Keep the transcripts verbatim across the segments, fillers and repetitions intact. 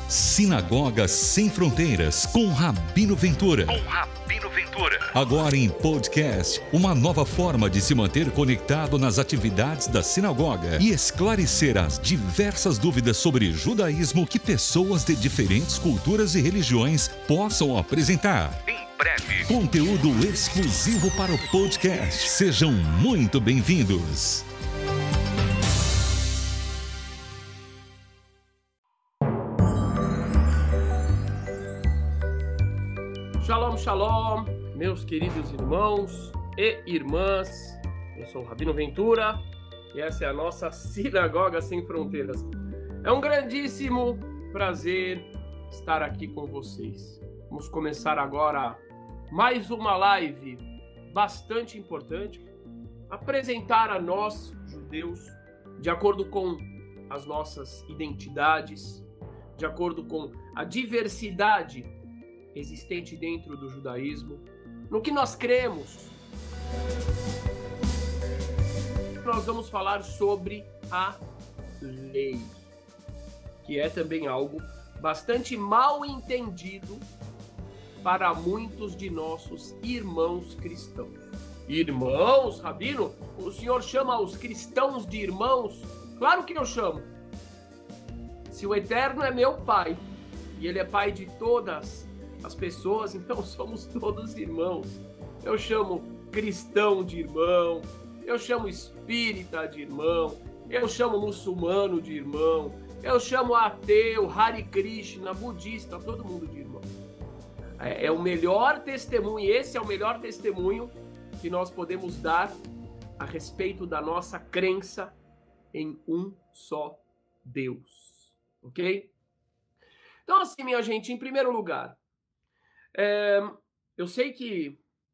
Sinagoga Sem Fronteiras, com Rabino Ventura. Com Rabino Ventura. Agora em podcast, uma nova forma de se manter conectado nas atividades da sinagoga e esclarecer as diversas dúvidas sobre judaísmo que pessoas de diferentes culturas e religiões possam apresentar. Em breve. Conteúdo exclusivo para o podcast. Sejam muito bem-vindos. Shalom, shalom, meus queridos irmãos e irmãs. Eu sou o Rabino Ventura e essa é a nossa Sinagoga Sem Fronteiras. É um grandíssimo prazer estar aqui com vocês. Vamos começar agora mais uma live bastante importante. Apresentar a nós, judeus, de acordo com as nossas identidades, de acordo com a diversidade existente dentro do judaísmo, no que nós cremos. Nós vamos falar sobre a lei, que é também algo bastante mal entendido para muitos de nossos irmãos cristãos. Irmãos, Rabino? O senhor chama os cristãos de irmãos? Claro que eu chamo. Se o Eterno é meu pai, e ele é pai de todas as pessoas, então somos todos irmãos. Eu chamo cristão de irmão, eu chamo espírita de irmão, eu chamo muçulmano de irmão, eu chamo ateu, Hare Krishna, budista, todo mundo de irmão. É, é o melhor testemunho, esse é o melhor testemunho que nós podemos dar a respeito da nossa crença em um só Deus, ok? Então assim, minha gente, em primeiro lugar, É, eu sei que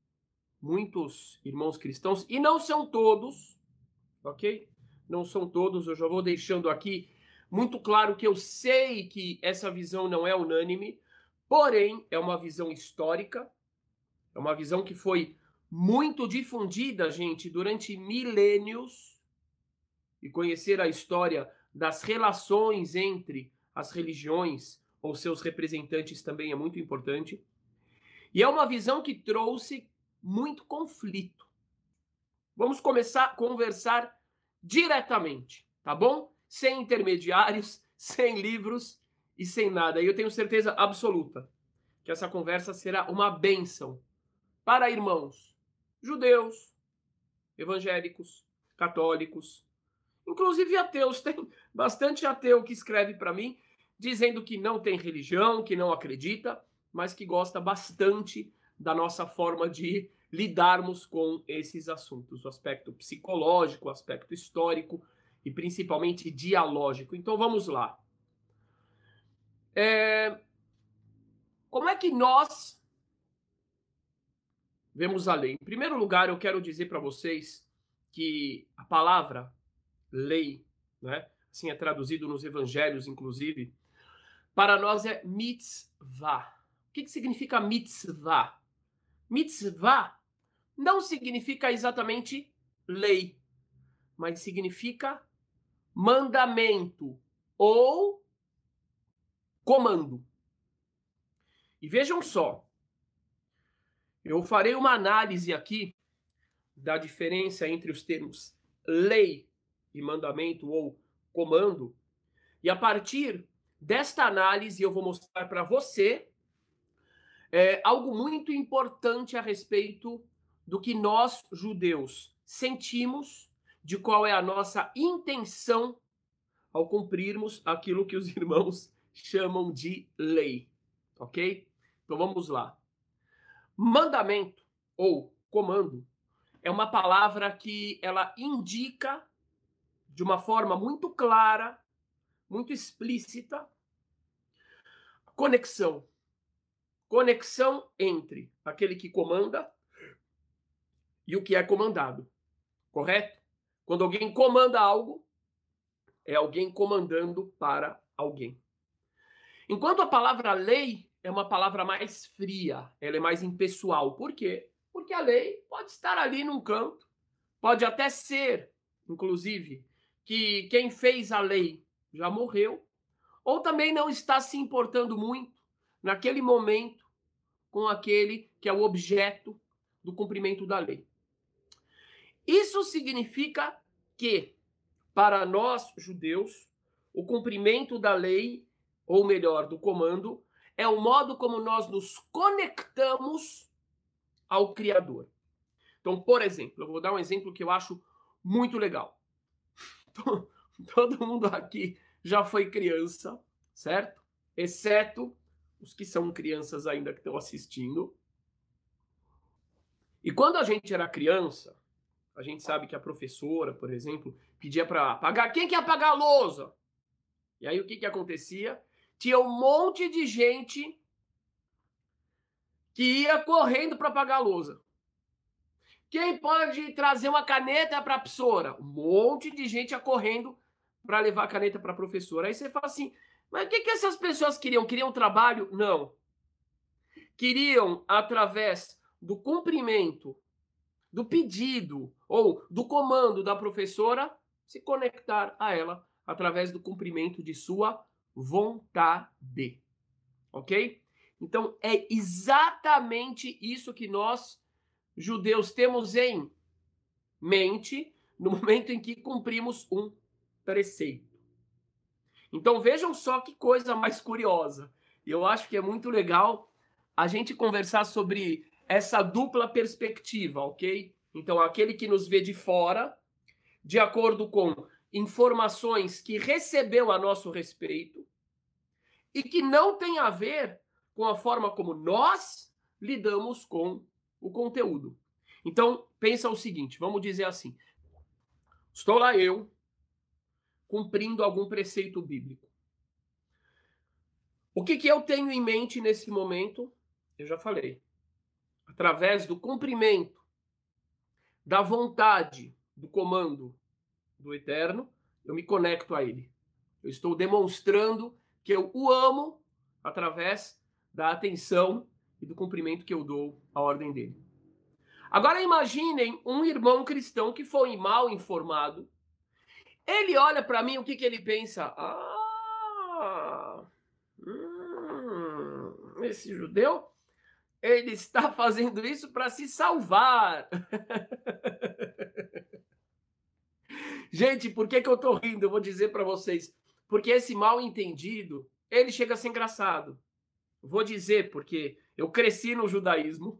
muitos irmãos cristãos, e não são todos, ok? Não são todos, eu já vou deixando aqui muito claro que eu sei que essa visão não é unânime, porém é uma visão histórica, é uma visão que foi muito difundida, gente, durante milênios, e conhecer a história das relações entre as religiões ou seus representantes também é muito importante. E é uma visão que trouxe muito conflito. Vamos começar a conversar diretamente, tá bom? Sem intermediários, sem livros e sem nada. E eu tenho certeza absoluta que essa conversa será uma bênção para irmãos judeus, evangélicos, católicos, inclusive ateus. Tem bastante ateu que escreve para mim dizendo que não tem religião, que não acredita, mas que gosta bastante da nossa forma de lidarmos com esses assuntos, o aspecto psicológico, o aspecto histórico e principalmente dialógico. Então vamos lá. É... Como é que nós vemos a lei? Em primeiro lugar, eu quero dizer para vocês que a palavra lei, né, assim é traduzido nos evangelhos, inclusive, para nós é mitzvah. O que, que significa mitzvah? Mitzvah não significa exatamente lei, mas significa mandamento ou comando. E vejam só, eu farei uma análise aqui da diferença entre os termos lei e mandamento ou comando, e a partir desta análise eu vou mostrar para você É algo muito importante a respeito do que nós, judeus, sentimos, de qual é a nossa intenção ao cumprirmos aquilo que os irmãos chamam de lei, ok? Então vamos lá. Mandamento ou comando é uma palavra que ela indica de uma forma muito clara, muito explícita, conexão. Conexão entre aquele que comanda e o que é comandado, correto? Quando alguém comanda algo, é alguém comandando para alguém. Enquanto a palavra lei é uma palavra mais fria, ela é mais impessoal. Por quê? Porque a lei pode estar ali num canto, pode até ser, inclusive, que quem fez a lei já morreu, ou também não está se importando muito naquele momento com aquele que é o objeto do cumprimento da lei. Isso significa que, para nós judeus, o cumprimento da lei, ou melhor, do comando, é o modo como nós nos conectamos ao Criador. Então, por exemplo, eu vou dar um exemplo que eu acho muito legal. Todo mundo aqui já foi criança, certo? Exceto os que são crianças ainda que estão assistindo. E quando a gente era criança, a gente sabe que a professora, por exemplo, pedia para apagar. Quem quer apagar a lousa? E aí o que, que acontecia? Tinha um monte de gente que ia correndo para apagar a lousa. Quem pode trazer uma caneta para a professora? Um monte de gente ia correndo para levar a caneta para a professora. Aí você fala assim, mas o que, que essas pessoas queriam? Queriam trabalho? Não. Queriam, através do cumprimento, do pedido ou do comando da professora, se conectar a ela através do cumprimento de sua vontade. Ok? Então, é exatamente isso que nós, judeus, temos em mente no momento em que cumprimos um preceito. Então, vejam só que coisa mais curiosa. E eu acho que é muito legal a gente conversar sobre essa dupla perspectiva, ok? Então, aquele que nos vê de fora, de acordo com informações que recebeu a nosso respeito e que não tem a ver com a forma como nós lidamos com o conteúdo. Então, pensa o seguinte, vamos dizer assim, estou lá eu, cumprindo algum preceito bíblico. O que, que eu tenho em mente nesse momento? Eu já falei. Através do cumprimento da vontade, do comando do Eterno, eu me conecto a Ele. Eu estou demonstrando que eu o amo através da atenção e do cumprimento que eu dou à ordem dele. Agora imaginem um irmão cristão que foi mal informado. Ele olha para mim, o que, que ele pensa? Ah, hum, esse judeu, ele está fazendo isso para se salvar. Gente, por que, que eu tô rindo? Eu vou dizer para vocês. Porque esse mal entendido, ele chega a ser engraçado. Vou dizer porque eu cresci no judaísmo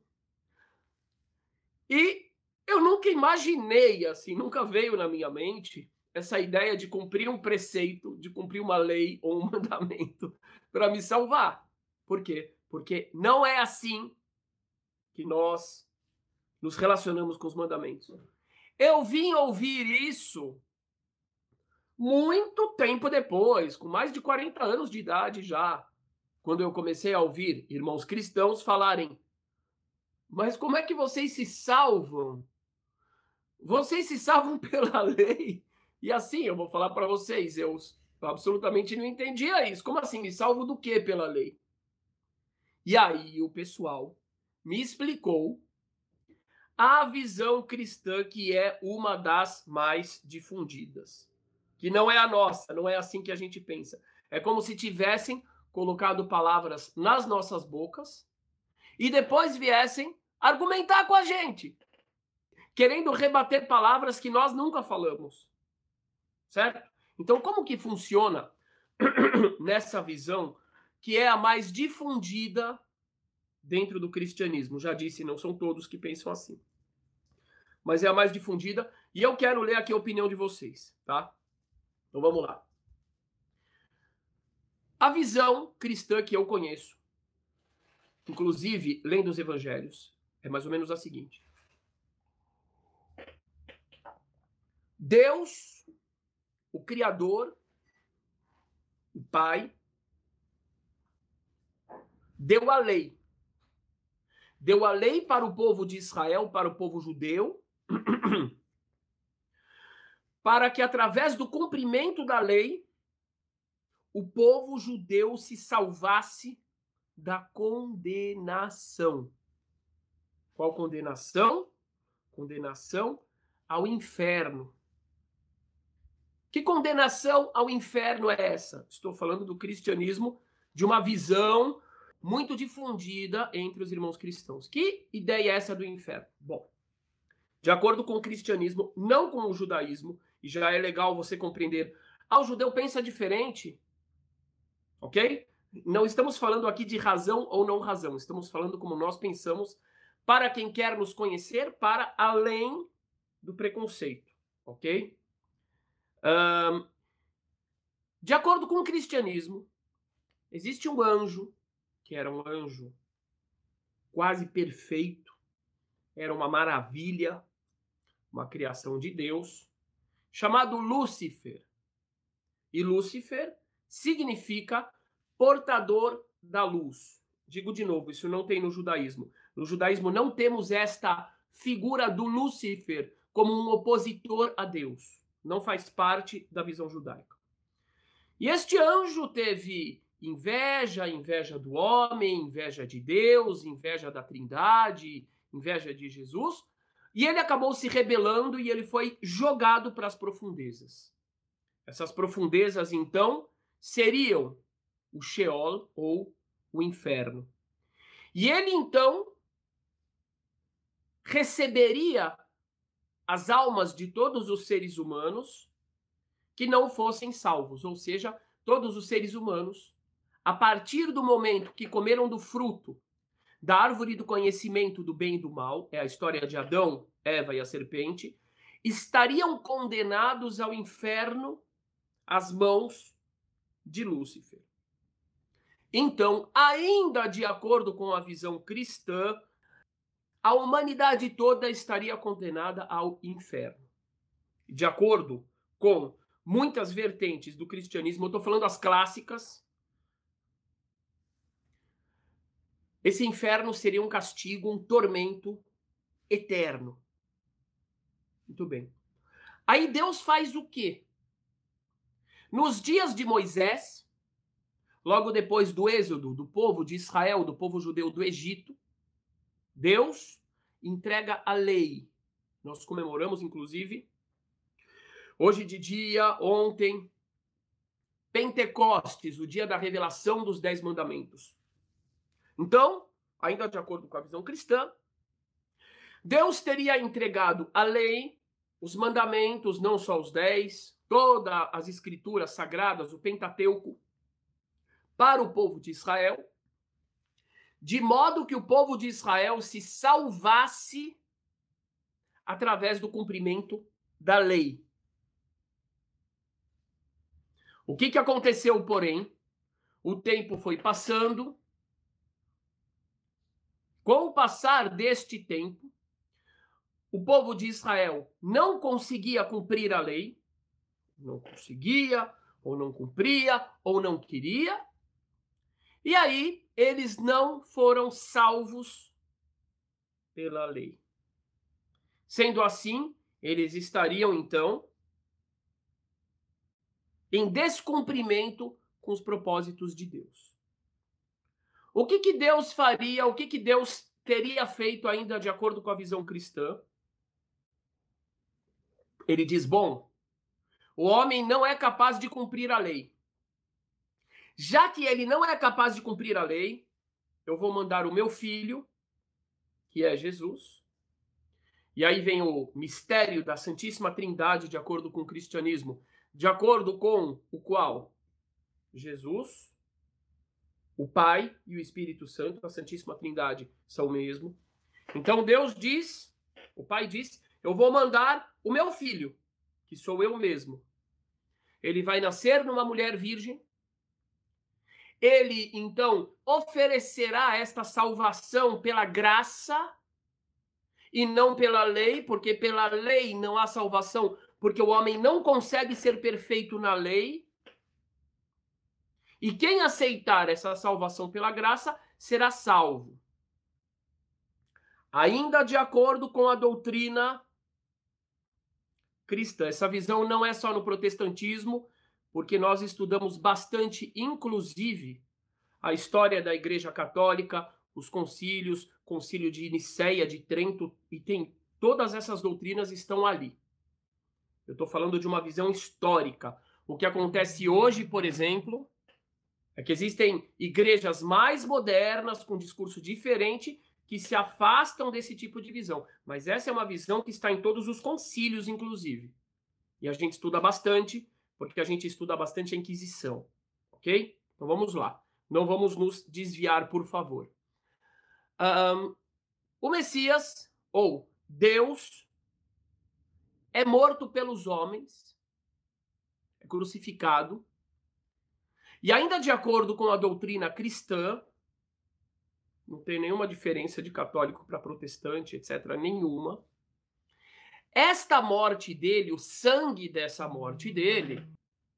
e eu nunca imaginei, assim, nunca veio na minha mente essa ideia de cumprir um preceito, de cumprir uma lei ou um mandamento para me salvar. Por quê? Porque não é assim que nós nos relacionamos com os mandamentos. Eu vim ouvir isso muito tempo depois, com mais de quarenta anos de idade já, quando eu comecei a ouvir irmãos cristãos falarem, mas como é que vocês se salvam? Vocês se salvam pela lei? E assim, eu vou falar para vocês, eu absolutamente não entendia isso. Como assim, me salvo do quê pela lei? E aí o pessoal me explicou a visão cristã que é uma das mais difundidas. Que não é a nossa, não é assim que a gente pensa. É como se tivessem colocado palavras nas nossas bocas e depois viessem argumentar com a gente, querendo rebater palavras que nós nunca falamos. Certo? Então, como que funciona nessa visão que é a mais difundida dentro do cristianismo? Já disse, não são todos que pensam assim. Mas é a mais difundida e eu quero ler aqui a opinião de vocês, tá? Então vamos lá. A visão cristã que eu conheço, inclusive lendo os evangelhos, é mais ou menos a seguinte. Deus, o Criador, o Pai, deu a lei. Deu a lei para o povo de Israel, para o povo judeu, para que através do cumprimento da lei, o povo judeu se salvasse da condenação. Qual condenação? Condenação ao inferno. Que condenação ao inferno é essa? Estou falando do cristianismo, de uma visão muito difundida entre os irmãos cristãos. Que ideia é essa do inferno? Bom, de acordo com o cristianismo, não com o judaísmo, e já é legal você compreender, ah, o judeu pensa diferente, ok? Não estamos falando aqui de razão ou não razão, estamos falando como nós pensamos para quem quer nos conhecer, para além do preconceito, ok? Um, de acordo com o cristianismo, existe um anjo, que era um anjo quase perfeito, era uma maravilha, uma criação de Deus, chamado Lúcifer. E Lúcifer significa portador da luz. Digo de novo, isso não tem no judaísmo. No judaísmo não temos esta figura do Lúcifer como um opositor a Deus. Não faz parte da visão judaica. E este anjo teve inveja, inveja do homem, inveja de Deus, inveja da Trindade, inveja de Jesus, e ele acabou se rebelando e ele foi jogado para as profundezas. Essas profundezas, então, seriam o Sheol ou o inferno. E ele, então, receberia as almas de todos os seres humanos que não fossem salvos, ou seja, todos os seres humanos, a partir do momento que comeram do fruto da árvore do conhecimento do bem e do mal, é a história de Adão, Eva e a serpente, estariam condenados ao inferno às mãos de Lúcifer. Então, ainda de acordo com a visão cristã, a humanidade toda estaria condenada ao inferno. De acordo com muitas vertentes do cristianismo, eu estou falando as clássicas, esse inferno seria um castigo, um tormento eterno. Muito bem. Aí Deus faz o quê? Nos dias de Moisés, logo depois do êxodo do povo de Israel, do povo judeu do Egito, Deus entrega a lei. Nós comemoramos, inclusive, hoje de dia, ontem, Pentecostes, o dia da revelação dos Dez Mandamentos. Então, ainda de acordo com a visão cristã, Deus teria entregado a lei, os mandamentos, não só os dez, todas as escrituras sagradas, o Pentateuco, para o povo de Israel, de modo que o povo de Israel se salvasse através do cumprimento da lei. O que que aconteceu, porém? O tempo foi passando. Com o passar deste tempo, o povo de Israel não conseguia cumprir a lei, não conseguia, ou não cumpria, ou não queria, e aí eles não foram salvos pela lei. Sendo assim, eles estariam, então, em descumprimento com os propósitos de Deus. O que que Deus faria, o que que Deus teria feito ainda de acordo com a visão cristã? Ele diz, bom, o homem não é capaz de cumprir a lei. Já que ele não é capaz de cumprir a lei, eu vou mandar o meu filho, que é Jesus. E aí vem o mistério da Santíssima Trindade, de acordo com o cristianismo, de acordo com o qual Jesus, o Pai e o Espírito Santo, a Santíssima Trindade, são o mesmo. Então Deus diz, o Pai diz, eu vou mandar o meu filho, que sou eu mesmo. Ele vai nascer numa mulher virgem. Ele, então, oferecerá esta salvação pela graça e não pela lei, porque pela lei não há salvação, porque o homem não consegue ser perfeito na lei. E quem aceitar essa salvação pela graça será salvo. Ainda de acordo com a doutrina cristã. Essa visão não é só no protestantismo, porque nós estudamos bastante, inclusive, a história da Igreja Católica, os concílios, concílio de Nicéia, de Trento, e tem todas essas doutrinas estão ali. Eu estou falando de uma visão histórica. O que acontece hoje, por exemplo, é que existem igrejas mais modernas, com discurso diferente, que se afastam desse tipo de visão. Mas essa é uma visão que está em todos os concílios, inclusive. E a gente estuda bastante, porque a gente estuda bastante a Inquisição. Ok? Então vamos lá. Não vamos nos desviar, por favor. Um, o Messias, ou Deus, é morto pelos homens, é crucificado, e ainda de acordo com a doutrina cristã, não tem nenhuma diferença de católico para protestante, etcétera, nenhuma. Esta morte dele, o sangue dessa morte dele,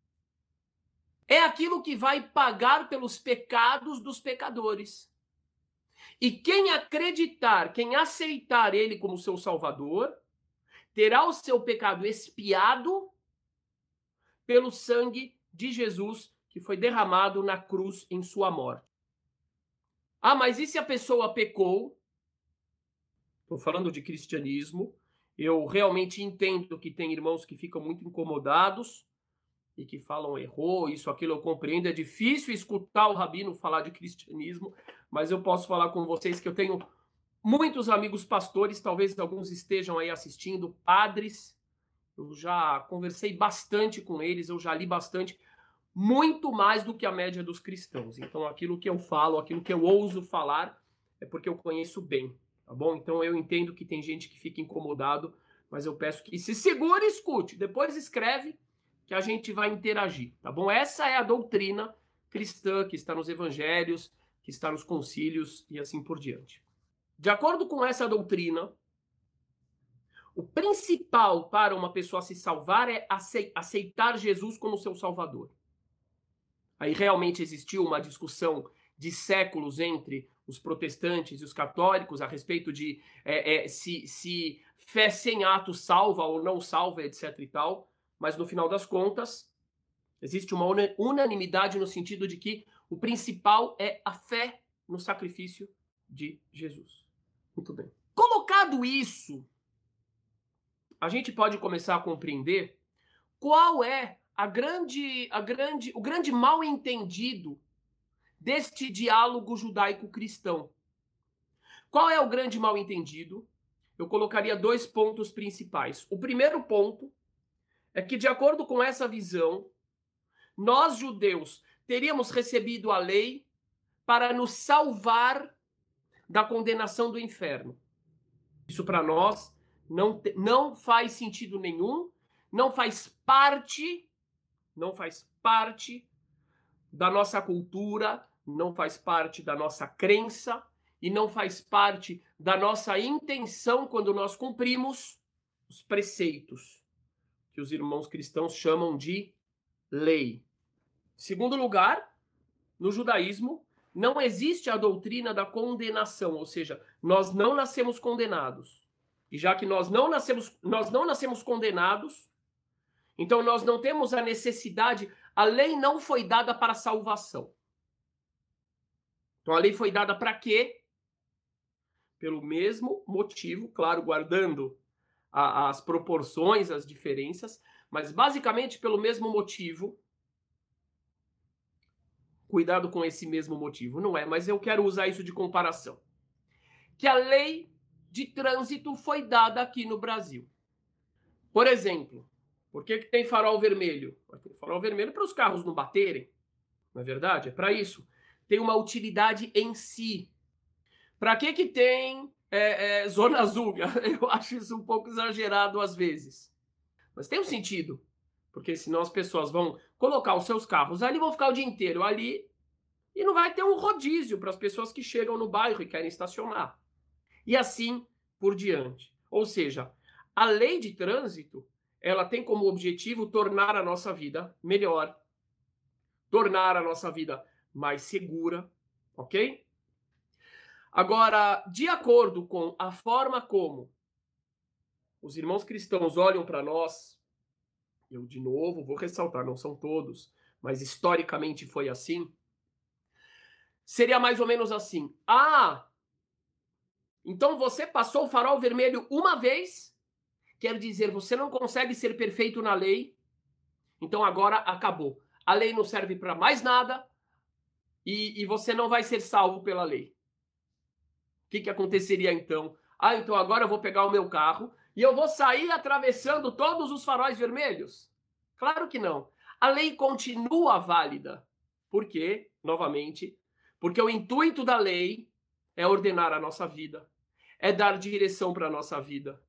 é aquilo que vai pagar pelos pecados dos pecadores. E quem acreditar, quem aceitar ele como seu salvador, terá o seu pecado expiado pelo sangue de Jesus que foi derramado na cruz em sua morte. Ah, mas e se a pessoa pecou? Estou falando de cristianismo. Eu realmente entendo que tem irmãos que ficam muito incomodados e que falam errou, isso, aquilo, eu compreendo. É difícil escutar o rabino falar de cristianismo, mas eu posso falar com vocês que eu tenho muitos amigos pastores, talvez alguns estejam aí assistindo, padres. Eu já conversei bastante com eles, eu já li bastante, muito mais do que a média dos cristãos. Então aquilo que eu falo, aquilo que eu ouso falar, é porque eu conheço bem, tá bom? Então eu entendo que tem gente que fica incomodado, mas eu peço que se segure e escute, depois escreve que a gente vai interagir, tá bom? Essa é a doutrina cristã que está nos evangelhos, que está nos concílios e assim por diante. De acordo com essa doutrina, o principal para uma pessoa se salvar é aceitar Jesus como seu salvador. Aí realmente existiu uma discussão de séculos entre os protestantes e os católicos a respeito de é, é, se, se fé sem ato salva ou não salva, etc e tal. Mas no final das contas, existe uma unanimidade no sentido de que o principal é a fé no sacrifício de Jesus. Muito bem. Colocado isso, a gente pode começar a compreender qual é a grande, a grande, o grande mal entendido deste diálogo judaico-cristão. Qual é o grande mal entendido? Eu colocaria dois pontos principais. O primeiro ponto é que, de acordo com essa visão, nós, judeus, teríamos recebido a lei para nos salvar da condenação do inferno. Isso para nós não, não faz sentido nenhum, não faz parte, não faz parte da nossa cultura, não faz parte da nossa crença e não faz parte da nossa intenção quando nós cumprimos os preceitos que os irmãos cristãos chamam de lei. Segundo lugar, no judaísmo, não existe a doutrina da condenação, ou seja, nós não nascemos condenados. E já que nós não nascemos, nós não nascemos condenados, então nós não temos a necessidade, a lei não foi dada para salvação. Então a lei foi dada para quê? Pelo mesmo motivo, claro, guardando a, as proporções, as diferenças, mas basicamente pelo mesmo motivo. Cuidado com esse mesmo motivo, não é? Mas eu quero usar isso de comparação. Que a lei de trânsito foi dada aqui no Brasil. Por exemplo, por que, que tem farol vermelho? Tem farol vermelho para os carros não baterem, não é verdade? É para isso. Tem uma utilidade em si. Para que, que tem é, é, zona azul? Eu acho isso um pouco exagerado às vezes. Mas tem um sentido. Porque senão as pessoas vão colocar os seus carros ali, vão ficar o dia inteiro ali e não vai ter um rodízio para as pessoas que chegam no bairro e querem estacionar. E assim por diante. Ou seja, a lei de trânsito, ela tem como objetivo tornar a nossa vida melhor, tornar a nossa vida mais segura, ok? Agora, de acordo com a forma como os irmãos cristãos olham para nós, eu, de novo, vou ressaltar, não são todos, mas historicamente foi assim, seria mais ou menos assim. Ah, então você passou o farol vermelho uma vez quer dizer, você não consegue ser perfeito na lei, então agora acabou. A lei não serve para mais nada e, e você não vai ser salvo pela lei. O que, que aconteceria então? Ah, então agora eu vou pegar o meu carro e eu vou sair atravessando todos os faróis vermelhos? Claro que não. A lei continua válida. Por quê? Novamente, porque o intuito da lei é ordenar a nossa vida, é dar direção para a nossa vida,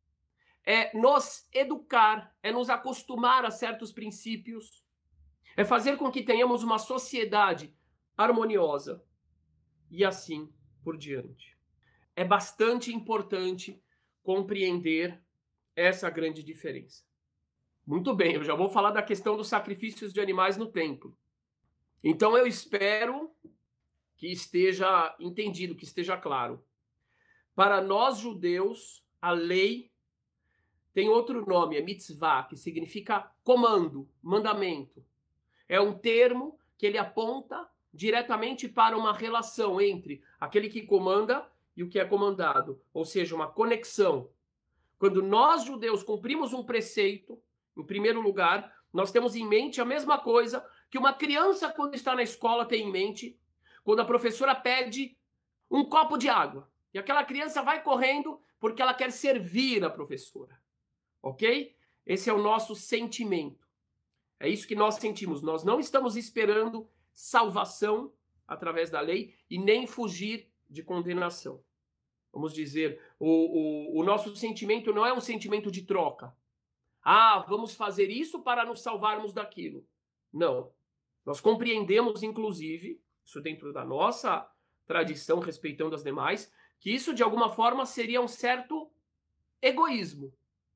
é nos educar, é nos acostumar a certos princípios, é fazer com que tenhamos uma sociedade harmoniosa e assim por diante. É bastante importante compreender essa grande diferença. Muito bem, eu já vou falar da questão dos sacrifícios de animais no templo. Então eu espero que esteja entendido, que esteja claro. Para nós judeus, a lei tem outro nome, é mitzvah, que significa comando, mandamento. É um termo que ele aponta diretamente para uma relação entre aquele que comanda e o que é comandado, ou seja, uma conexão. Quando nós judeus cumprimos um preceito, em primeiro lugar, nós temos em mente a mesma coisa que uma criança, quando está na escola, tem em mente quando a professora pede um copo de água. E aquela criança vai correndo porque ela quer servir a professora. Ok? Esse é o nosso sentimento. É isso que nós sentimos. Nós não estamos esperando salvação através da lei e nem fugir de condenação. Vamos dizer, o, o, o nosso sentimento não é um sentimento de troca. Ah, vamos fazer isso para nos salvarmos daquilo. Não. Nós compreendemos, inclusive, isso dentro da nossa tradição, respeitando as demais, que isso de alguma forma seria um certo egoísmo.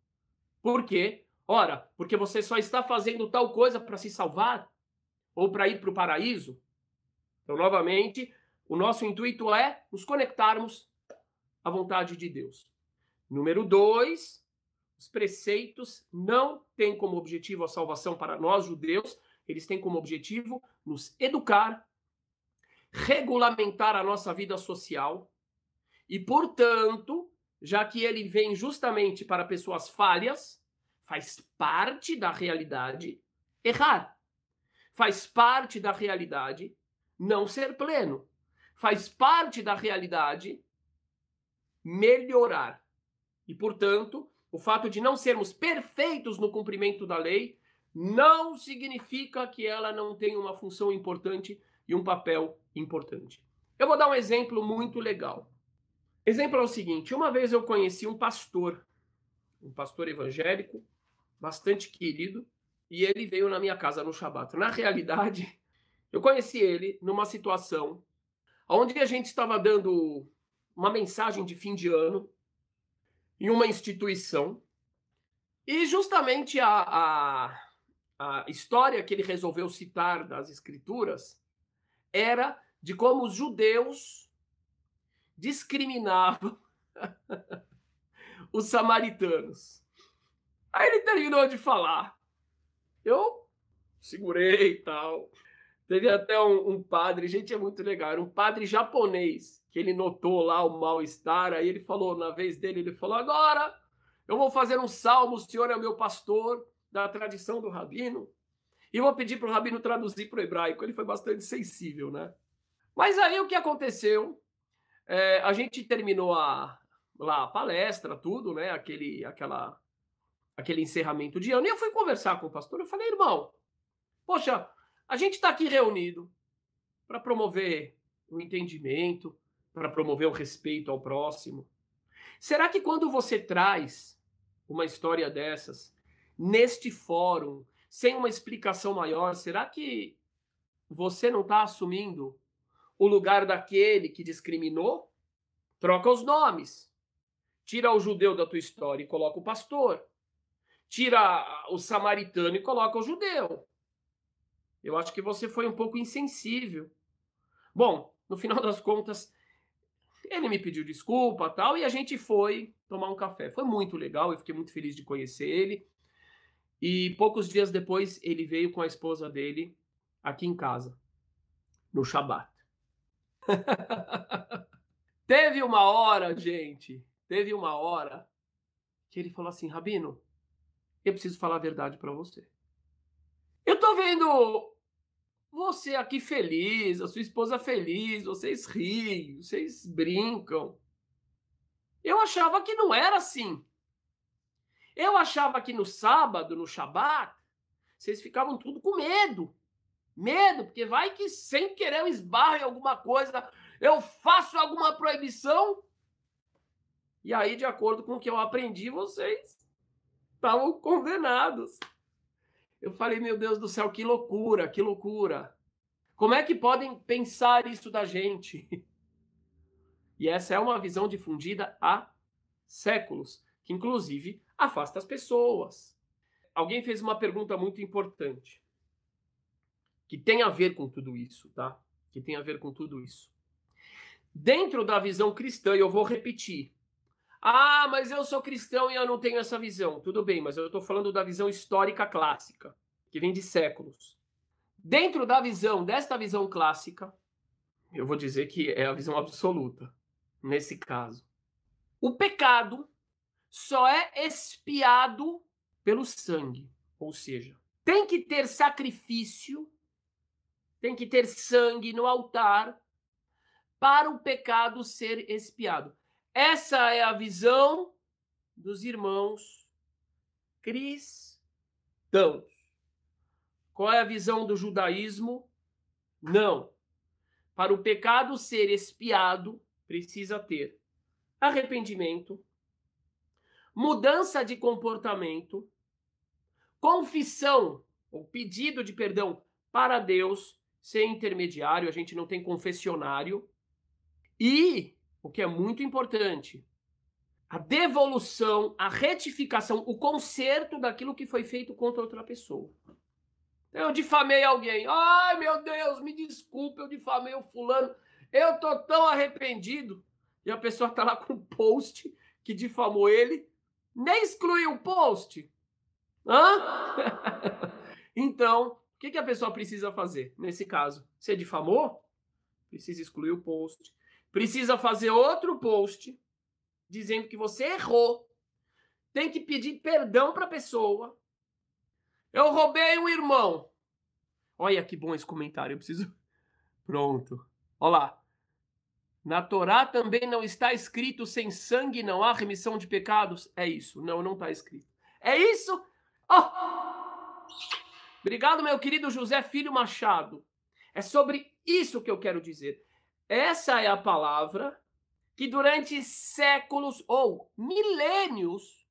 Por quê? Ora, porque você só está fazendo tal coisa para se salvar? Ou para ir para o paraíso? Então, novamente, o nosso intuito é nos conectarmos à vontade de Deus. Número dois, os preceitos não têm como objetivo a salvação para nós, judeus, eles têm como objetivo nos educar, regulamentar a nossa vida social e, portanto, já que ele vem justamente para pessoas falhas, faz parte da realidade errar. Faz parte da realidade não ser pleno. Faz parte da realidade melhorar. E, portanto, o fato de não sermos perfeitos no cumprimento da lei não significa que ela não tenha uma função importante e um papel importante. Eu vou dar um exemplo muito legal. Exemplo é o seguinte, uma vez eu conheci um pastor, um pastor evangélico, bastante querido, e ele veio na minha casa no Shabat. Na realidade, eu conheci ele numa situação onde a gente estava dando uma mensagem de fim de ano em uma instituição, e justamente a, a, a história que ele resolveu citar das escrituras era de como os judeus discriminavam os samaritanos. Aí ele terminou de falar. Eu segurei e tal. Teve até um, um padre, gente, é muito legal, era um padre japonês, que ele notou lá o mal-estar, aí ele falou, na vez dele, ele falou, agora eu vou fazer um salmo, o senhor é o meu pastor, da tradição do rabino, e vou pedir para o rabino traduzir para o hebraico. Ele foi bastante sensível, né? Mas aí o que aconteceu? É, a gente terminou a, lá a palestra, tudo, né? Aquele, aquela, aquele encerramento de ano, e eu fui conversar com o pastor, eu falei, irmão, poxa, a gente está aqui reunido para promover o entendimento, para promover o respeito ao próximo. Será que quando você traz uma história dessas, neste fórum, sem uma explicação maior, será que você não está assumindo o lugar daquele que discriminou? Troca os nomes. Tira o judeu da tua história e coloca o pastor. Tira o samaritano e coloca o judeu. Eu acho que você foi um pouco insensível. Bom, no final das contas, ele me pediu desculpa e tal, e a gente foi tomar um café. Foi muito legal, eu fiquei muito feliz de conhecer ele. E poucos dias depois, ele veio com a esposa dele aqui em casa, no Shabat. Teve uma hora, gente, teve uma hora que ele falou assim: Rabino, eu preciso falar a verdade para você. Eu tô vendo você aqui feliz, a sua esposa feliz, vocês riem, vocês brincam. Eu achava que não era assim. Eu achava que no sábado, no Shabat, vocês ficavam tudo com medo. Medo, porque vai que sem querer eu esbarro em alguma coisa, eu faço alguma proibição. E aí, de acordo com o que eu aprendi, vocês estavam condenados. Eu falei, meu Deus do céu, que loucura, que loucura. Como é que podem pensar isso da gente? E essa é uma visão difundida há séculos, que inclusive afasta as pessoas. Alguém fez uma pergunta muito importante, que tem a ver com tudo isso, tá? Que tem a ver com tudo isso. Dentro da visão cristã, e eu vou repetir, ah, mas eu sou cristão e eu não tenho essa visão. Tudo bem, mas eu estou falando da visão histórica clássica, que vem de séculos. Dentro da visão, desta visão clássica, eu vou dizer que é a visão absoluta, nesse caso. O pecado só é expiado pelo sangue. Ou seja, tem que ter sacrifício, tem que ter sangue no altar para o pecado ser expiado. Essa é a visão dos irmãos cristãos. Qual é a visão do judaísmo? Não. Para o pecado ser expiado, precisa ter arrependimento, mudança de comportamento, confissão, ou pedido de perdão para Deus, ser intermediário, a gente não tem confessionário, e, o que é muito importante, a devolução, a retificação, o conserto daquilo que foi feito contra outra pessoa. Eu difamei alguém, ai meu Deus, me desculpe, eu difamei o fulano, eu tô tão arrependido, e a pessoa tá lá com um post que difamou ele, nem excluiu o post. Hã? Então, o que, que a pessoa precisa fazer nesse caso? Você difamou? Precisa excluir o post. Precisa fazer outro post dizendo que você errou. Tem que pedir perdão para a pessoa. Eu roubei um irmão. Olha que bom esse comentário, eu preciso... Pronto. Olha lá. Na Torá também não está escrito sem sangue não há remissão de pecados? É isso. Não, não está escrito. É isso? Oh! Obrigado, meu querido José Filho Machado. É sobre isso que eu quero dizer. Essa é a palavra que durante séculos ou milênios,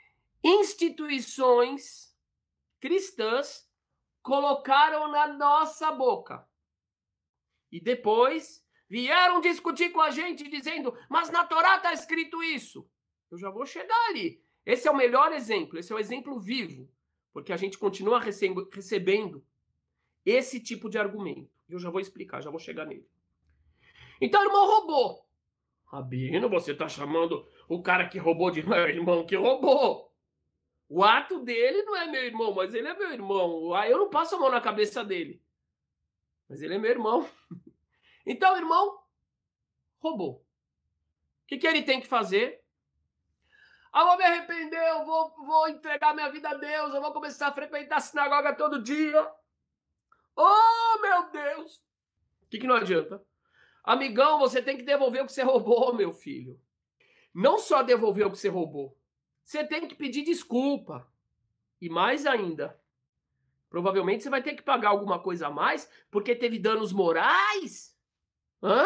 instituições cristãs colocaram na nossa boca. E depois vieram discutir com a gente dizendo, mas na Torá está escrito isso. Eu já vou chegar ali. Esse é o melhor exemplo, esse é o exemplo vivo, porque a gente continua recebendo esse tipo de argumento. Eu já vou explicar, já vou chegar nele. Então o irmão roubou. Rabino, você está chamando o cara que roubou de meu irmão que roubou. O ato dele não é meu irmão, mas ele é meu irmão. Aí eu não passo a mão na cabeça dele. Mas ele é meu irmão. Então o irmão roubou. O que, que ele tem que fazer? Ah, eu vou me arrepender, eu vou, vou entregar minha vida a Deus, eu vou começar a frequentar a sinagoga todo dia. Oh, meu Deus! O que, que não adianta? Amigão, você tem que devolver o que você roubou, meu filho. Não só devolver o que você roubou, você tem que pedir desculpa. E mais ainda, provavelmente você vai ter que pagar alguma coisa a mais, porque teve danos morais. Hã?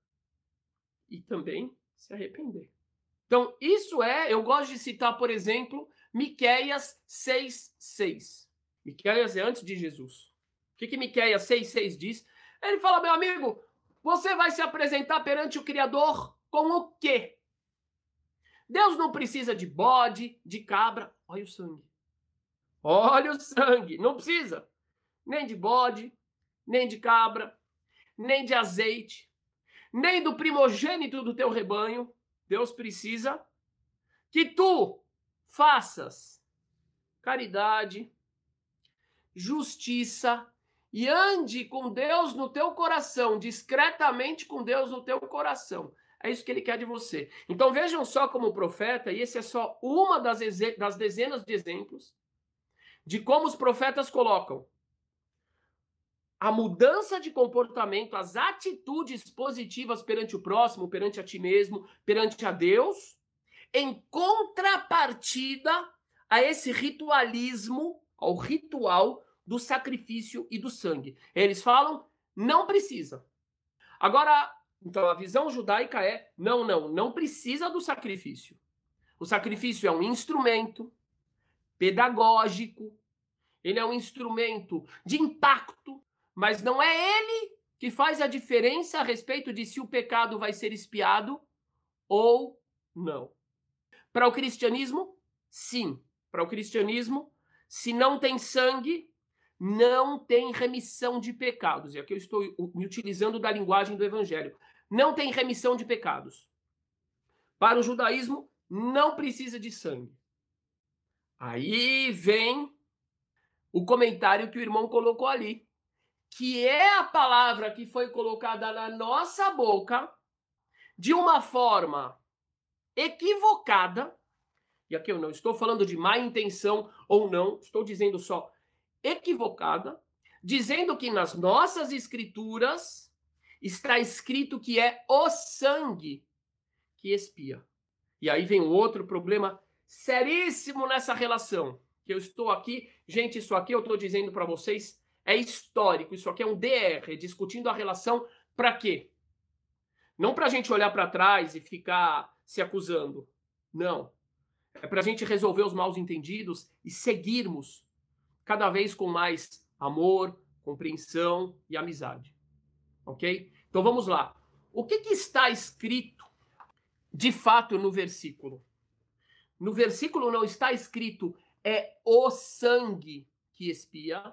E também se arrepender. Então, isso é, eu gosto de citar, por exemplo, Miqueias seis, seis. Miqueias é antes de Jesus. O que, que Miqueias seis, seis diz? Ele fala, meu amigo, você vai se apresentar perante o Criador com o quê? Deus não precisa de bode, de cabra. Olha o sangue. Olha o sangue. Não precisa. Nem de bode, nem de cabra, nem de azeite, nem do primogênito do teu rebanho. Deus precisa que tu faças caridade, justiça e ande com Deus no teu coração, discretamente com Deus no teu coração. É isso que ele quer de você. Então vejam só como profeta, e esse é só uma das, das dezenas de exemplos de como os profetas colocam a mudança de comportamento, as atitudes positivas perante o próximo, perante a ti mesmo, perante a Deus, em contrapartida a esse ritualismo, ao ritual do sacrifício e do sangue. Eles falam, não precisa. Agora, então a visão judaica é, não, não, não precisa do sacrifício. O sacrifício é um instrumento pedagógico, ele é um instrumento de impacto, mas não é ele que faz a diferença a respeito de se o pecado vai ser expiado ou não. Para o cristianismo, sim. Para o cristianismo, se não tem sangue, não tem remissão de pecados. E aqui eu estou me utilizando da linguagem do evangelho. Não tem remissão de pecados. Para o judaísmo, não precisa de sangue. Aí vem o comentário que o irmão colocou ali, que é a palavra que foi colocada na nossa boca de uma forma equivocada, e aqui eu não estou falando de má intenção ou não, estou dizendo só equivocada, dizendo que nas nossas escrituras está escrito que é o sangue que expia. E aí vem um outro problema seríssimo nessa relação, que eu estou aqui, gente, isso aqui eu estou dizendo para vocês, é histórico, isso aqui é um D R, discutindo a relação para quê? Não para a gente olhar para trás e ficar se acusando, não. É para a gente resolver os mal entendidos e seguirmos cada vez com mais amor, compreensão e amizade. Ok? Então vamos lá. O que, que está escrito de fato no versículo? No versículo não está escrito é o sangue que expia.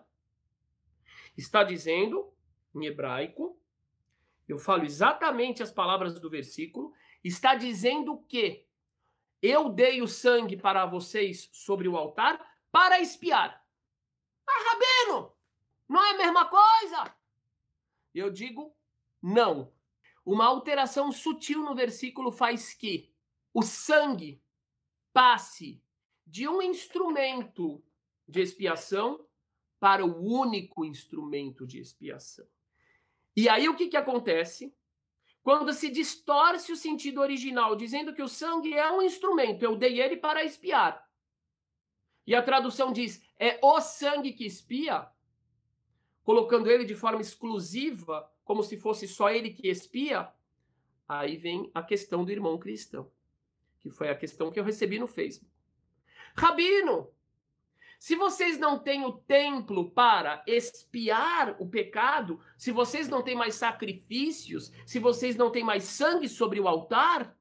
Está dizendo, em hebraico, eu falo exatamente as palavras do versículo, está dizendo que eu dei o sangue para vocês sobre o altar para expiar. Ah, Rabino, não é a mesma coisa? Eu digo, não. Uma alteração sutil no versículo faz que o sangue passe de um instrumento de expiação para o único instrumento de expiação. E aí o que, que acontece? Quando se distorce o sentido original, dizendo que o sangue é um instrumento, eu dei ele para expiar. E a tradução diz, é o sangue que expia, colocando ele de forma exclusiva, como se fosse só ele que expia, aí vem a questão do irmão cristão, que foi a questão que eu recebi no Facebook. Rabino, se vocês não têm o templo para expiar o pecado, se vocês não têm mais sacrifícios, se vocês não têm mais sangue sobre o altar,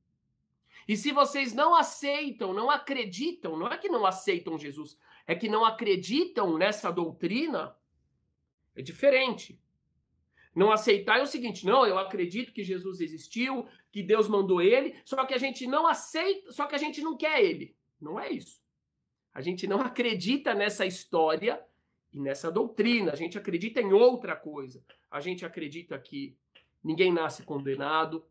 e se vocês não aceitam, não acreditam, não é que não aceitam Jesus, é que não acreditam nessa doutrina, é diferente. Não aceitar é o seguinte, não, eu acredito que Jesus existiu, que Deus mandou ele, só que a gente não aceita, só que a gente não quer ele. Não é isso. A gente não acredita nessa história e nessa doutrina. A gente acredita em outra coisa. A gente acredita que ninguém nasce condenado.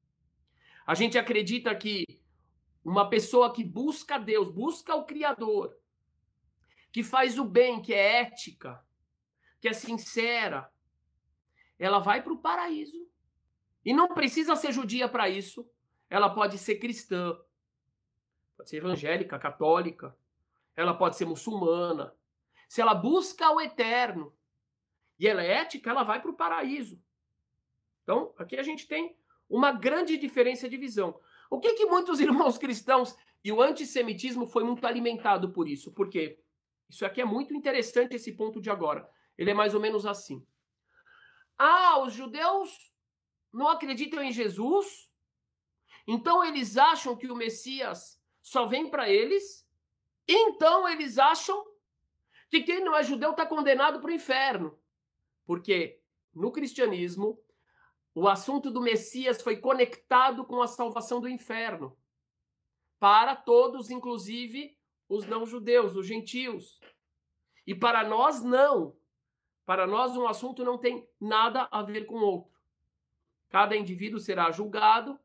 A gente acredita que uma pessoa que busca Deus, busca o Criador, que faz o bem, que é ética, que é sincera, ela vai para o paraíso. E não precisa ser judia para isso. Ela pode ser cristã, pode ser evangélica, católica, ela pode ser muçulmana. Se ela busca o eterno e ela é ética, ela vai para o paraíso. Então, aqui a gente tem uma grande diferença de visão. O que que muitos irmãos cristãos, e o antissemitismo foi muito alimentado por isso, porque isso aqui é muito interessante, esse ponto de agora. Ele é mais ou menos assim. Ah, os judeus não acreditam em Jesus, então eles acham que o Messias só vem para eles, então eles acham que quem não é judeu está condenado para o inferno. Porque no cristianismo, o assunto do Messias foi conectado com a salvação do inferno. Para todos, inclusive os não-judeus, os gentios. E para nós, não. Para nós, um assunto não tem nada a ver com o outro. Cada indivíduo será julgado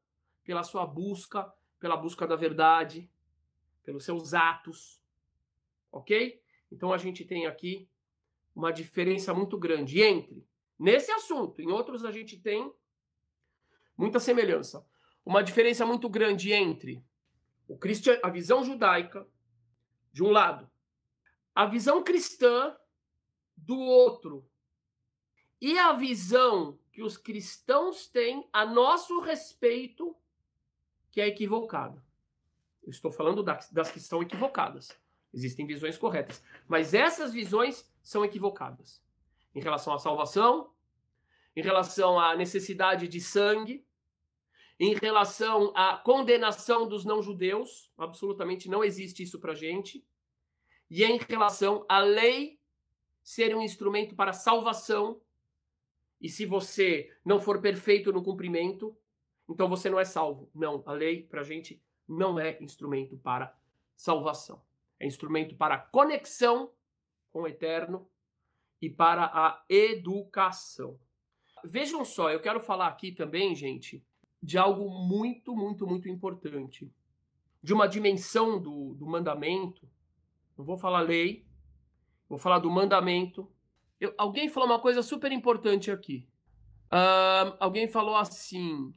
pela sua busca, pela busca da verdade, pelos seus atos, ok? Então a gente tem aqui uma diferença muito grande entre, nesse assunto, em outros a gente tem muita semelhança, uma diferença muito grande entre o cristian... a visão judaica, de um lado, a visão cristã, do outro, e a visão que os cristãos têm a nosso respeito, que é equivocada. Eu estou falando das, das que são equivocadas. Existem visões corretas, mas essas visões são equivocadas. Em relação à salvação, em relação à necessidade de sangue, em relação à condenação dos não-judeus, absolutamente não existe isso pra gente, e em relação à lei ser um instrumento para salvação, e se você não for perfeito no cumprimento, então você não é salvo. Não, a lei pra gente não é instrumento para salvação. É instrumento para conexão com o eterno e para a educação. Vejam só, eu quero falar aqui também, gente, de algo muito, muito, muito importante. De uma dimensão do, do mandamento. Não vou falar lei, vou falar do mandamento. Eu, alguém falou uma coisa super importante aqui. Uh, alguém falou assim...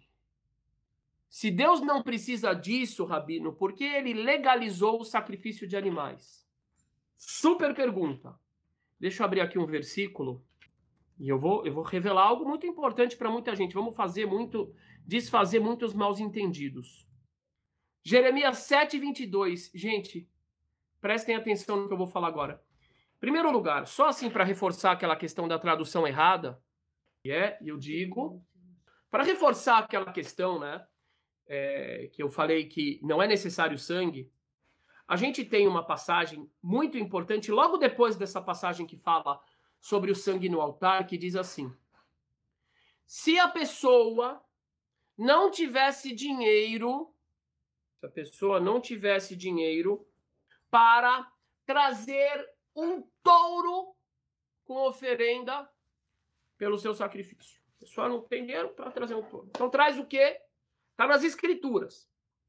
Se Deus não precisa disso, Rabino, por que ele legalizou o sacrifício de animais? Super pergunta. Deixa eu abrir aqui um versículo e eu vou, eu vou revelar algo muito importante para muita gente. Vamos fazer muito, desfazer muitos mal entendidos. Jeremias sete, vinte e dois. Gente, prestem atenção no que eu vou falar agora. Em primeiro lugar, só assim para reforçar aquela questão da tradução errada, e é, eu digo, para reforçar aquela questão, né? É, que eu falei que não é necessário sangue, a gente tem uma passagem muito importante, logo depois dessa passagem que fala sobre o sangue no altar, que diz assim: se a pessoa não tivesse dinheiro, se a pessoa não tivesse dinheiro para trazer um touro com oferenda pelo seu sacrifício. A pessoa não tem dinheiro para trazer um touro. Então traz o quê? Está nas escrituras.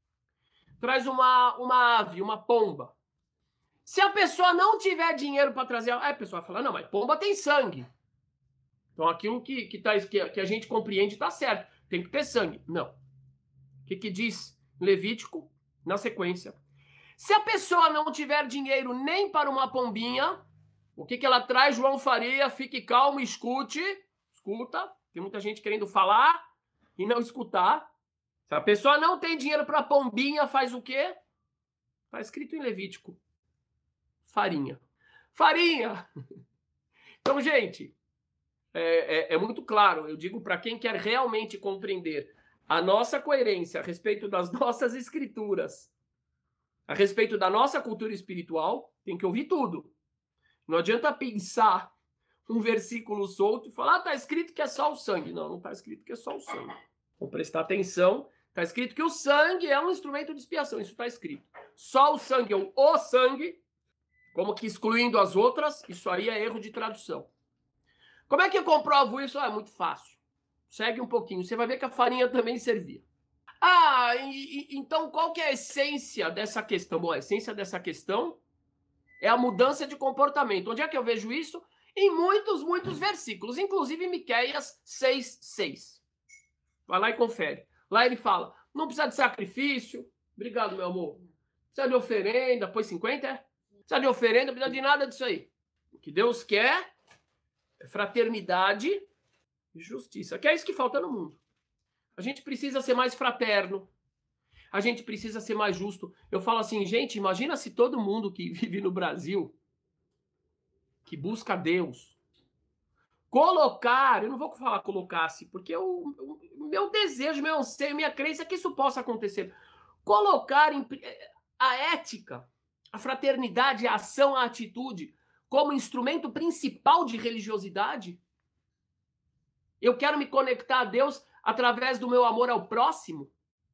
Traz uma, uma ave, uma pomba. Se a pessoa não tiver dinheiro para trazer... Aí a pessoa fala, não, mas pomba tem sangue. Então aquilo que, que, tá, que, que a gente compreende está certo. Tem que ter sangue. Não. O que, que diz Levítico? Na sequência. Se a pessoa não tiver dinheiro nem para uma pombinha, o que, que ela traz? João Faria, fique calmo, escute. Escuta. Tem muita gente querendo falar e não escutar. Se a pessoa não tem dinheiro para pombinha, faz o quê? Está escrito em Levítico. Farinha. Farinha! Então, gente, é, é, é muito claro. Eu digo para quem quer realmente compreender a nossa coerência a respeito das nossas escrituras, a respeito da nossa cultura espiritual, tem que ouvir tudo. Não adianta pensar um versículo solto e falar, ah, tá escrito que é só o sangue. Não, não tá escrito que é só o sangue. Vamos prestar atenção. Está escrito que o sangue é um instrumento de expiação. Isso está escrito. Só o sangue ou o sangue, como que excluindo as outras, isso aí é erro de tradução. Como é que eu comprovo isso? Ah, é muito fácil. Segue um pouquinho. Você vai ver que a farinha também servia. Ah, e, e, então qual que é a essência dessa questão? Bom, a essência dessa questão é a mudança de comportamento. Onde é que eu vejo isso? Em muitos, muitos versículos. Inclusive em Miqueias seis, seis. Vai lá e confere. Lá ele fala, não precisa de sacrifício. Obrigado, meu amor. Precisa de oferenda. Põe cinquenta, é? Precisa de oferenda, não precisa de nada disso aí. O que Deus quer é fraternidade e justiça. Que é isso que falta no mundo. A gente precisa ser mais fraterno. A gente precisa ser mais justo. Eu falo assim, gente, imagina se todo mundo que vive no Brasil, que busca Deus, colocar, eu não vou falar colocasse, porque o, o meu desejo, meu anseio, minha crença é que isso possa acontecer. Colocar em, a ética, a fraternidade, a ação, a atitude, como instrumento principal de religiosidade. Eu quero me conectar a Deus através do meu amor ao próximo.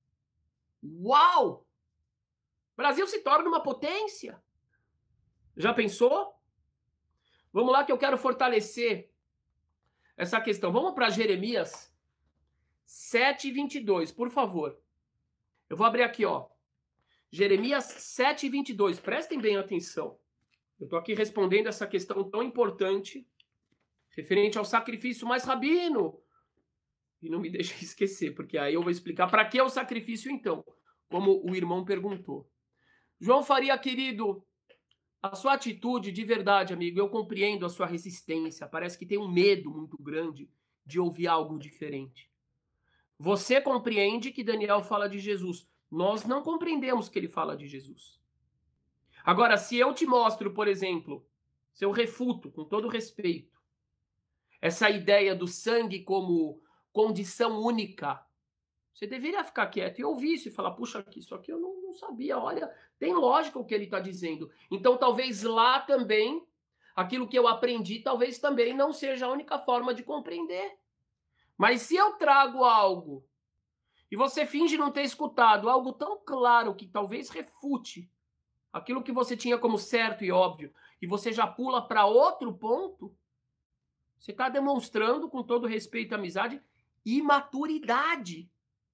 Uau! O Brasil se torna uma potência. Já pensou? Vamos lá que eu quero fortalecer essa questão. Vamos para Jeremias sete, vinte e dois, por favor. Eu vou abrir aqui, ó. Jeremias sete, vinte e dois. Prestem bem atenção. Eu estou aqui respondendo essa questão tão importante, referente ao sacrifício. Mas, Rabino, e não me deixa esquecer, porque aí eu vou explicar para que é o sacrifício, então, como o irmão perguntou. João Faria, querido, a sua atitude, de verdade, amigo, eu compreendo a sua resistência. Parece que tem um medo muito grande de ouvir algo diferente. Você compreende que Daniel fala de Jesus. Nós não compreendemos que ele fala de Jesus. Agora, se eu te mostro, por exemplo, se eu refuto, com todo respeito, essa ideia do sangue como condição única, você deveria ficar quieto e ouvir isso e falar, puxa, isso aqui eu não, não sabia, olha, tem lógica o que ele está dizendo. Então, talvez lá também, aquilo que eu aprendi, talvez também não seja a única forma de compreender. Mas se eu trago algo e você finge não ter escutado algo tão claro que talvez refute aquilo que você tinha como certo e óbvio, e você já pula para outro ponto, você está demonstrando, com todo respeito e amizade, imaturidade.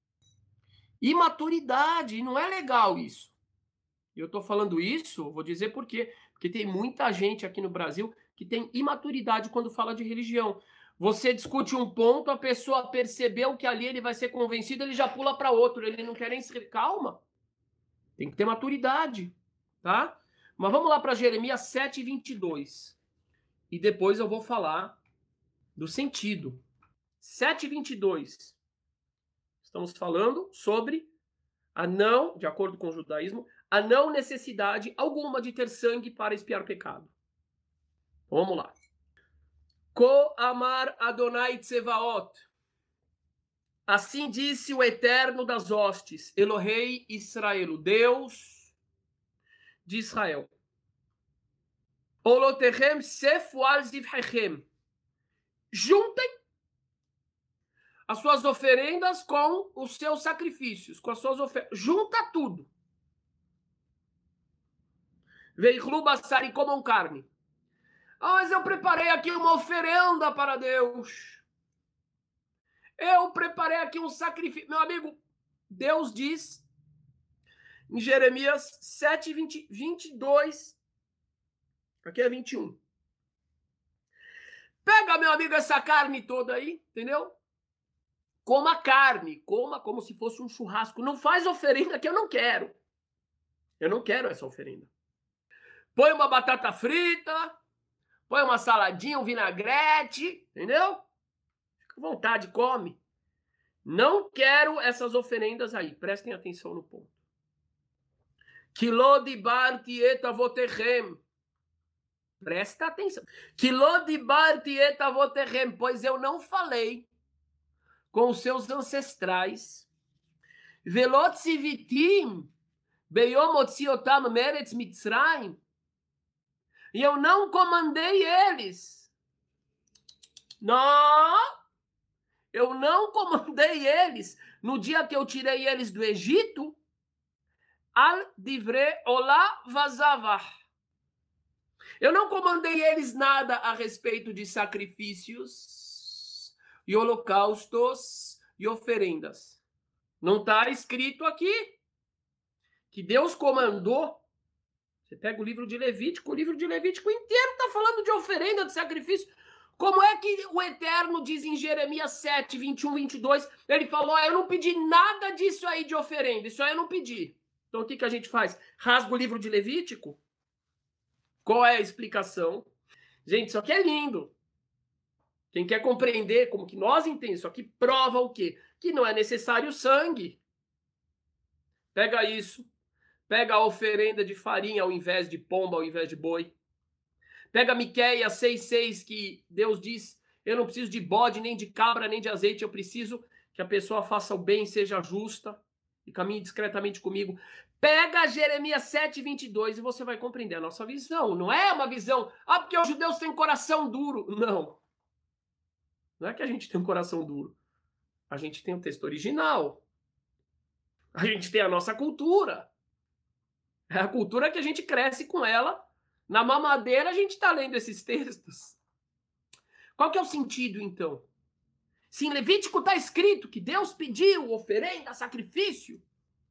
Imaturidade, e não é legal isso. Eu estou falando isso, vou dizer por quê. Porque tem muita gente aqui no Brasil que tem imaturidade quando fala de religião. Você discute um ponto, a pessoa percebeu que ali ele vai ser convencido, ele já pula para outro, ele não quer nem se... Calma, tem que ter maturidade, tá? Mas vamos lá para Jeremias sete, vinte e dois. E depois eu vou falar do sentido. sete, vinte e dois. Estamos falando sobre a não, de acordo com o judaísmo, a não necessidade alguma de ter sangue para expiar o pecado. Vamos lá. Ko amar Adonai Tsevaot. Assim disse o Eterno das hostes, Elohei Israel, Deus de Israel. Oloterem sefu al zivhechem. Juntem as suas oferendas com os seus sacrifícios, com as suas oferendas. Junta tudo. Veichlu basar e comam carne. Ah, mas eu preparei aqui uma oferenda para Deus. Eu preparei aqui um sacrifício. Meu amigo, Deus diz em Jeremias sete, vinte, vinte e dois, aqui é vinte e um. Pega, meu amigo, essa carne toda aí, entendeu? Coma carne, coma como se fosse um churrasco. Não faz oferenda que eu não quero. Eu não quero essa oferenda. Põe uma batata frita, põe uma saladinha, um vinagrete, entendeu? Fica à vontade, come. Não quero essas oferendas aí. Prestem atenção no ponto. Kilo dibarti et avoterem. Presta atenção. Kilo dibarti et avoterem, pois eu não falei com os seus ancestrais. Velot sivitim beyom otziotam meretz Mitzrayim. E eu não comandei eles. Não. Eu não comandei eles no dia que eu tirei eles do Egito. Al divre olá vazavah. Eu não comandei eles nada a respeito de sacrifícios e holocaustos e oferendas. Não está escrito aqui que Deus comandou. Você pega o livro de Levítico, o livro de Levítico inteiro está falando de oferenda, de sacrifício. Como é que o Eterno diz em Jeremias sete, vinte e um, vinte e dois, ele falou, eu não pedi nada disso aí de oferenda, isso aí eu não pedi. Então o que, que a gente faz? Rasga o livro de Levítico? Qual é a explicação? Gente, isso aqui é lindo. Quem quer compreender como que nós entendemos, isso aqui prova o quê? Que não é necessário sangue. Pega isso. Pega a oferenda de farinha ao invés de pomba, ao invés de boi. Pega Miqueias seis, seis, que Deus diz, eu não preciso de bode, nem de cabra, nem de azeite, eu preciso que a pessoa faça o bem, seja justa e caminhe discretamente comigo. Pega Jeremias sete, vinte e dois e você vai compreender a nossa visão. Não é uma visão, ah, porque os judeus têm coração duro. Não. Não é que a gente tem um coração duro. A gente tem o texto original. A gente tem a nossa cultura. É a cultura que a gente cresce com ela. Na mamadeira a gente está lendo esses textos. Qual que é o sentido, então? Se em Levítico está escrito que Deus pediu oferenda, sacrifício,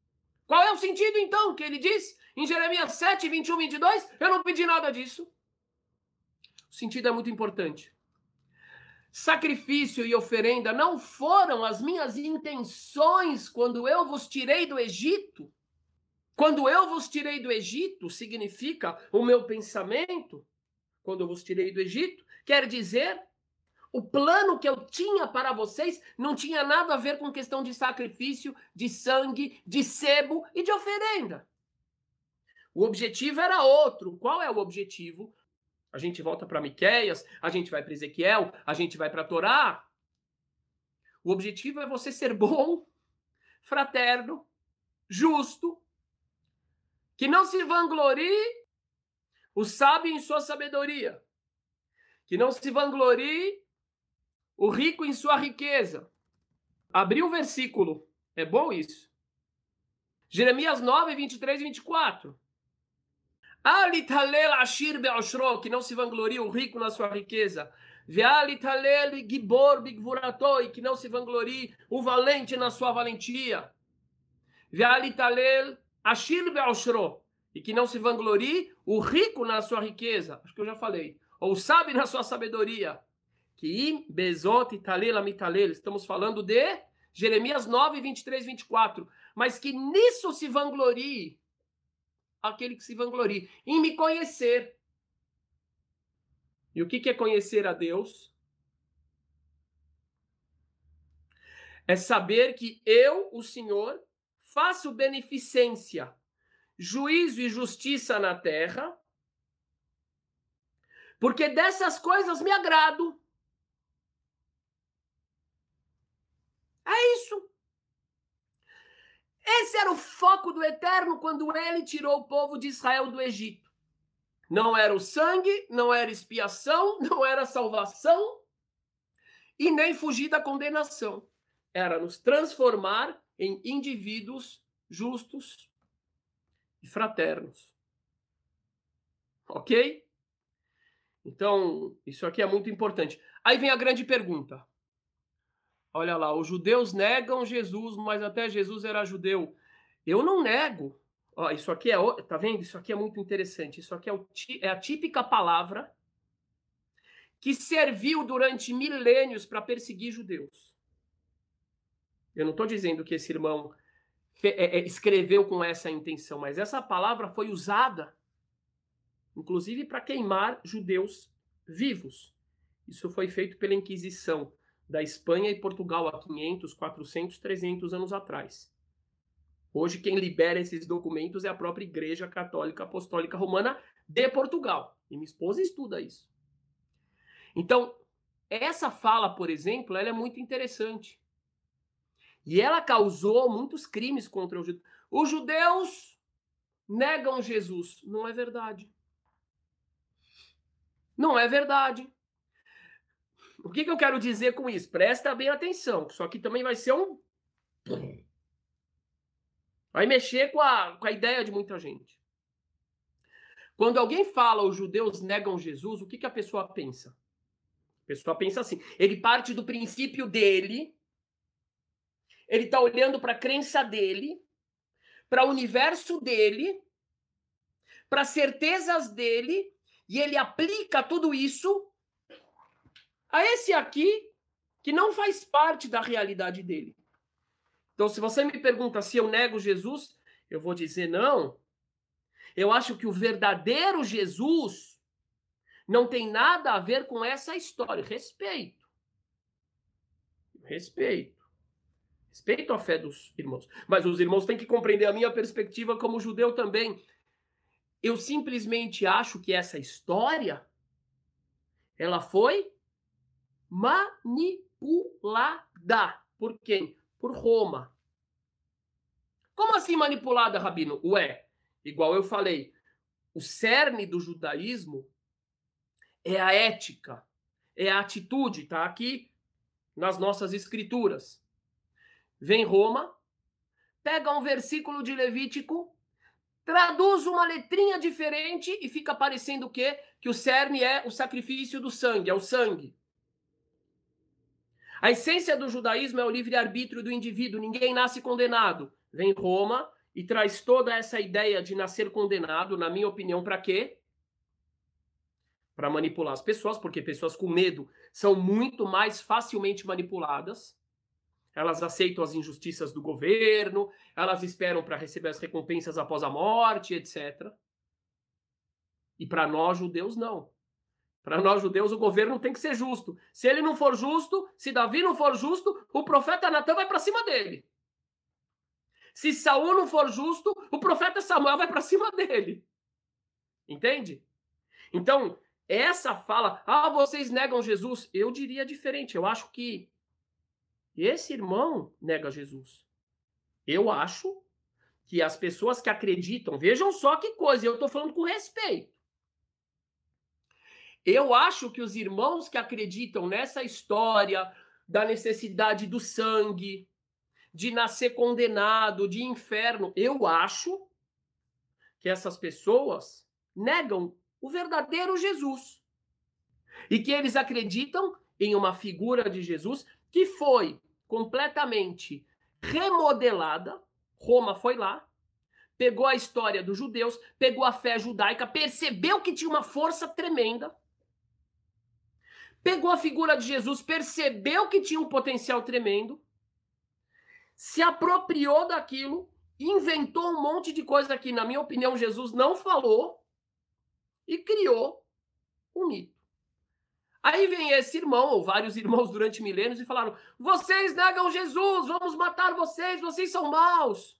Qual é o sentido, então, que ele diz em Jeremias sete, vinte e um, vinte e dois? Eu não pedi nada disso. O sentido é muito importante. Sacrifício e oferenda não foram as minhas intenções quando eu vos tirei do Egito. Quando eu vos tirei do Egito, significa o meu pensamento. Quando eu vos tirei do Egito, quer dizer, o plano que eu tinha para vocês não tinha nada a ver com questão de sacrifício, de sangue, de sebo e de oferenda. O objetivo era outro. Qual é o objetivo? A gente volta para Miqueias, a gente vai para Ezequiel, a gente vai para a Torá. O objetivo é você ser bom, fraterno, justo, que não se vanglorie o sábio em sua sabedoria, que não se vanglorie o rico em sua riqueza. Abri o versículo, é bom isso. Jeremias nove, vinte e três e vinte e quatro. Alitalel ashir be'oshro, que não se vanglorie o rico na sua riqueza. Ve'alitalel gibor bigvuratoi, que não se vanglorie o valente na sua valentia. Ve'alitalel ashir be'oshro, e que não se vanglorie o rico na sua riqueza. Acho que eu já falei. Ou sabe na sua sabedoria. Que im bezot italel amitalel. Estamos falando de Jeremias nove, vinte e três, vinte e quatro. Mas que nisso se vanglorie aquele que se vanglorie, em me conhecer. E o que é conhecer a Deus? É saber que eu, o Senhor, faço beneficência, juízo e justiça na terra, porque dessas coisas me agrado. É isso. Esse era o foco do Eterno quando ele tirou o povo de Israel do Egito. Não era o sangue, não era expiação, não era salvação e nem fugir da condenação. Era nos transformar em indivíduos justos e fraternos. Ok? Então, isso aqui é muito importante. Aí vem a grande pergunta. Olha lá, os judeus negam Jesus, mas até Jesus era judeu. Eu não nego. Ó, isso aqui é, tá vendo? Isso aqui é muito interessante. Isso aqui é, o, é a típica palavra que serviu durante milênios para perseguir judeus. Eu não estou dizendo que esse irmão fe, é, é, escreveu com essa intenção, mas essa palavra foi usada, inclusive, para queimar judeus vivos. Isso foi feito pela Inquisição da Espanha e Portugal há quinhentos, quatrocentos, trezentos anos atrás. Hoje quem libera esses documentos é a própria Igreja Católica Apostólica Romana de Portugal. E minha esposa estuda isso. Então, essa fala, por exemplo, ela é muito interessante. E ela causou muitos crimes contra os judeus. Os judeus negam Jesus. Não é verdade. Não é verdade. O que, que eu quero dizer com isso? Presta bem atenção. Isso aqui também vai ser um... Vai mexer com a, com a ideia de muita gente. Quando alguém fala os judeus negam Jesus, o que, que a pessoa pensa? A pessoa pensa assim. Ele parte do princípio dele. Ele está olhando para a crença dele. Para o universo dele. Para as certezas dele. E ele aplica tudo isso a esse aqui, que não faz parte da realidade dele. Então, se você me pergunta se eu nego Jesus, eu vou dizer não. Eu acho que o verdadeiro Jesus não tem nada a ver com essa história. Respeito. Respeito. Respeito a fé dos irmãos. Mas os irmãos têm que compreender a minha perspectiva como judeu também. Eu simplesmente acho que essa história, ela foi manipulada. Por quem? Por Roma. Como assim manipulada, Rabino? Ué, igual eu falei, o cerne do judaísmo é a ética, é a atitude, tá aqui nas nossas escrituras. Vem Roma, pega um versículo de Levítico, traduz uma letrinha diferente e fica parecendo o quê? Que o cerne é o sacrifício do sangue, é o sangue. A essência do judaísmo é o livre-arbítrio do indivíduo, ninguém nasce condenado. Vem Roma e traz toda essa ideia de nascer condenado, na minha opinião, para quê? Para manipular as pessoas, porque pessoas com medo são muito mais facilmente manipuladas. Elas aceitam as injustiças do governo, elas esperam para receber as recompensas após a morte, etcétera. E para nós, judeus, não. Para nós, judeus, o governo tem que ser justo. Se ele não for justo, se Davi não for justo, o profeta Natan vai para cima dele. Se Saul não for justo, o profeta Samuel vai para cima dele. Entende? Então, essa fala, ah, vocês negam Jesus, eu diria diferente. Eu acho que esse irmão nega Jesus. Eu acho que as pessoas que acreditam, vejam só que coisa, eu estou falando com respeito. Eu acho que os irmãos que acreditam nessa história da necessidade do sangue, de nascer condenado, de inferno, eu acho que essas pessoas negam o verdadeiro Jesus. E que eles acreditam em uma figura de Jesus que foi completamente remodelada. Roma foi lá, pegou a história dos judeus, pegou a fé judaica, percebeu que tinha uma força tremenda, pegou a figura de Jesus, percebeu que tinha um potencial tremendo, se apropriou daquilo, inventou um monte de coisa que, na minha opinião, Jesus não falou e criou um mito. Aí vem esse irmão, ou vários irmãos durante milênios, e falaram, vocês negam Jesus, vamos matar vocês, vocês são maus.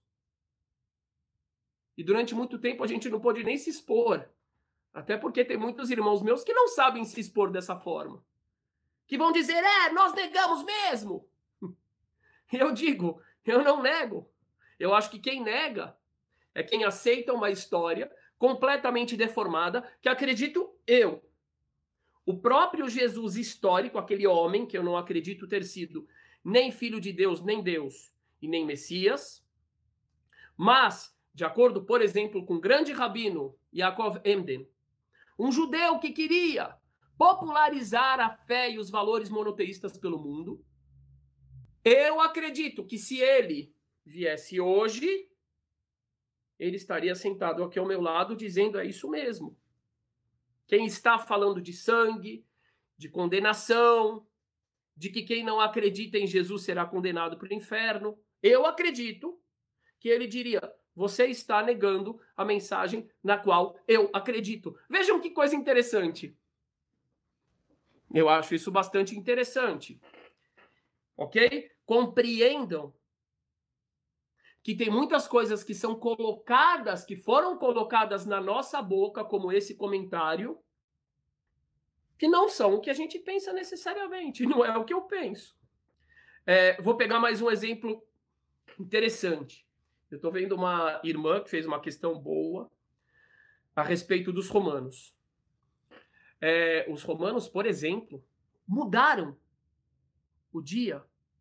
E durante muito tempo a gente não pôde nem se expor. Até porque tem muitos irmãos meus que não sabem se expor dessa forma. Que vão dizer, é, nós negamos mesmo. Eu digo, eu não nego. Eu acho que quem nega é quem aceita uma história completamente deformada, que acredito eu. O próprio Jesus histórico, aquele homem que eu não acredito ter sido nem filho de Deus, nem Deus e nem Messias, mas, de acordo, por exemplo, com o grande rabino Yaakov Emden, um judeu que queria popularizar a fé e os valores monoteístas pelo mundo, eu acredito que se ele viesse hoje, ele estaria sentado aqui ao meu lado dizendo, é isso mesmo. Quem está falando de sangue, de condenação, de que quem não acredita em Jesus será condenado para o inferno, eu acredito que ele diria, você está negando a mensagem na qual eu acredito. Vejam que coisa interessante. Eu acho isso bastante interessante. Ok? Compreendam que tem muitas coisas que são colocadas, que foram colocadas na nossa boca, como esse comentário, que não são o que a gente pensa necessariamente, não é o que eu penso. É, vou pegar mais um exemplo interessante. Eu estou vendo uma irmã que fez uma questão boa a respeito dos romanos. É, os romanos, por exemplo, mudaram o dia